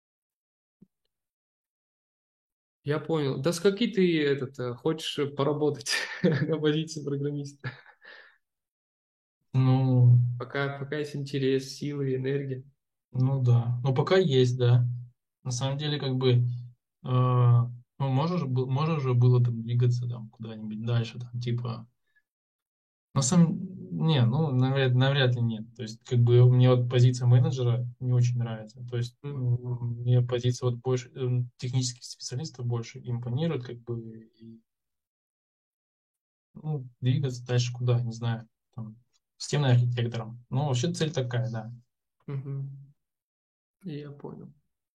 Я понял. Да с какие ты этот, э, хочешь поработать на позиции программиста? Ну, Пока, пока есть интерес, силы, энергия. ну да. Ну, пока есть, да. На самом деле, как бы, э, ну, можно же, был- можно же было там двигаться там куда-нибудь дальше, там, типа, на самом не, ну, навряд, навряд ли нет. То есть, как бы, мне вот позиция менеджера не очень нравится. То есть, М, м, мне позиция вот больше, эм, технических специалистов больше импонирует, как бы, и, ну, двигаться дальше куда, не знаю, там, системным архитектором. Ну, вообще цель такая, да. мгм. Я понял.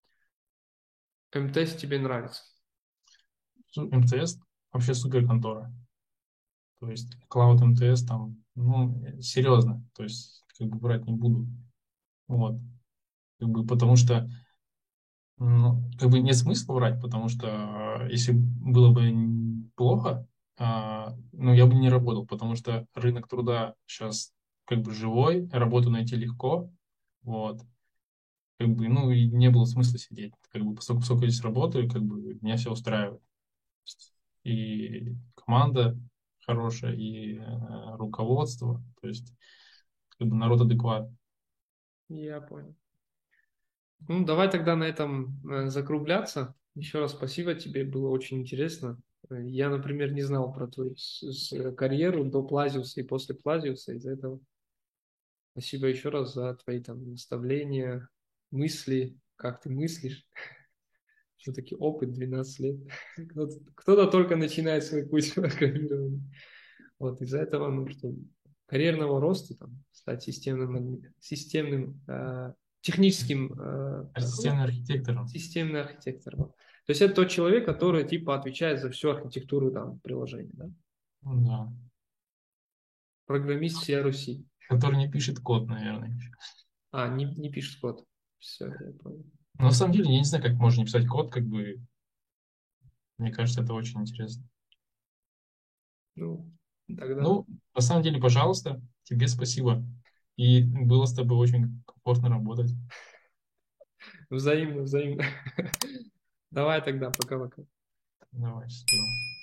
МТС тебе нравится? Су- МТС вообще супер контора. То есть, Cloud эм тэ эс там, ну, э, серьезно. То есть, как бы, брать не буду. Вот. Как бы, потому что ну, как бы нет смысла врать, потому что э, если было бы н- плохо, а, ну, я бы не работал, потому что рынок труда сейчас как бы живой, работу найти легко, вот, как бы, ну, и не было смысла сидеть, как бы, поскольку, поскольку я здесь работаю, как бы, меня все устраивает. И команда хорошая, и э, руководство, то есть, как бы, народ адекватный. Я понял. Ну, давай тогда на этом э, закругляться. Еще раз спасибо тебе, было очень интересно. Э, Я, например, не знал про твою с- с- карьеру до Плазиуса и после Плазиуса. Из-за этого спасибо еще раз за твои там наставления, мысли, как ты мыслишь. Все-таки опыт двенадцать лет. Кто-то, кто-то только начинает свой путь в программировании. Вот из-за этого, ну, что карьерного роста, там, стать системным, адми- системным э, техническим э, А системный архитектор. системный архитектор. Вот. То есть это тот человек, который типа отвечает за всю архитектуру там приложения, да? Ну да. Программист всей Руси. Который не пишет код, наверное, еще. А, не, не пишет код. Все, я понял. Но на самом деле, я не знаю, как можно не писать код, как бы, мне кажется, это очень интересно. Ну, тогда Ну, на самом деле, пожалуйста, тебе спасибо. И было с тобой очень комфортно работать. взаимно, взаимно. Давай тогда, пока-пока. Давай, счастливо.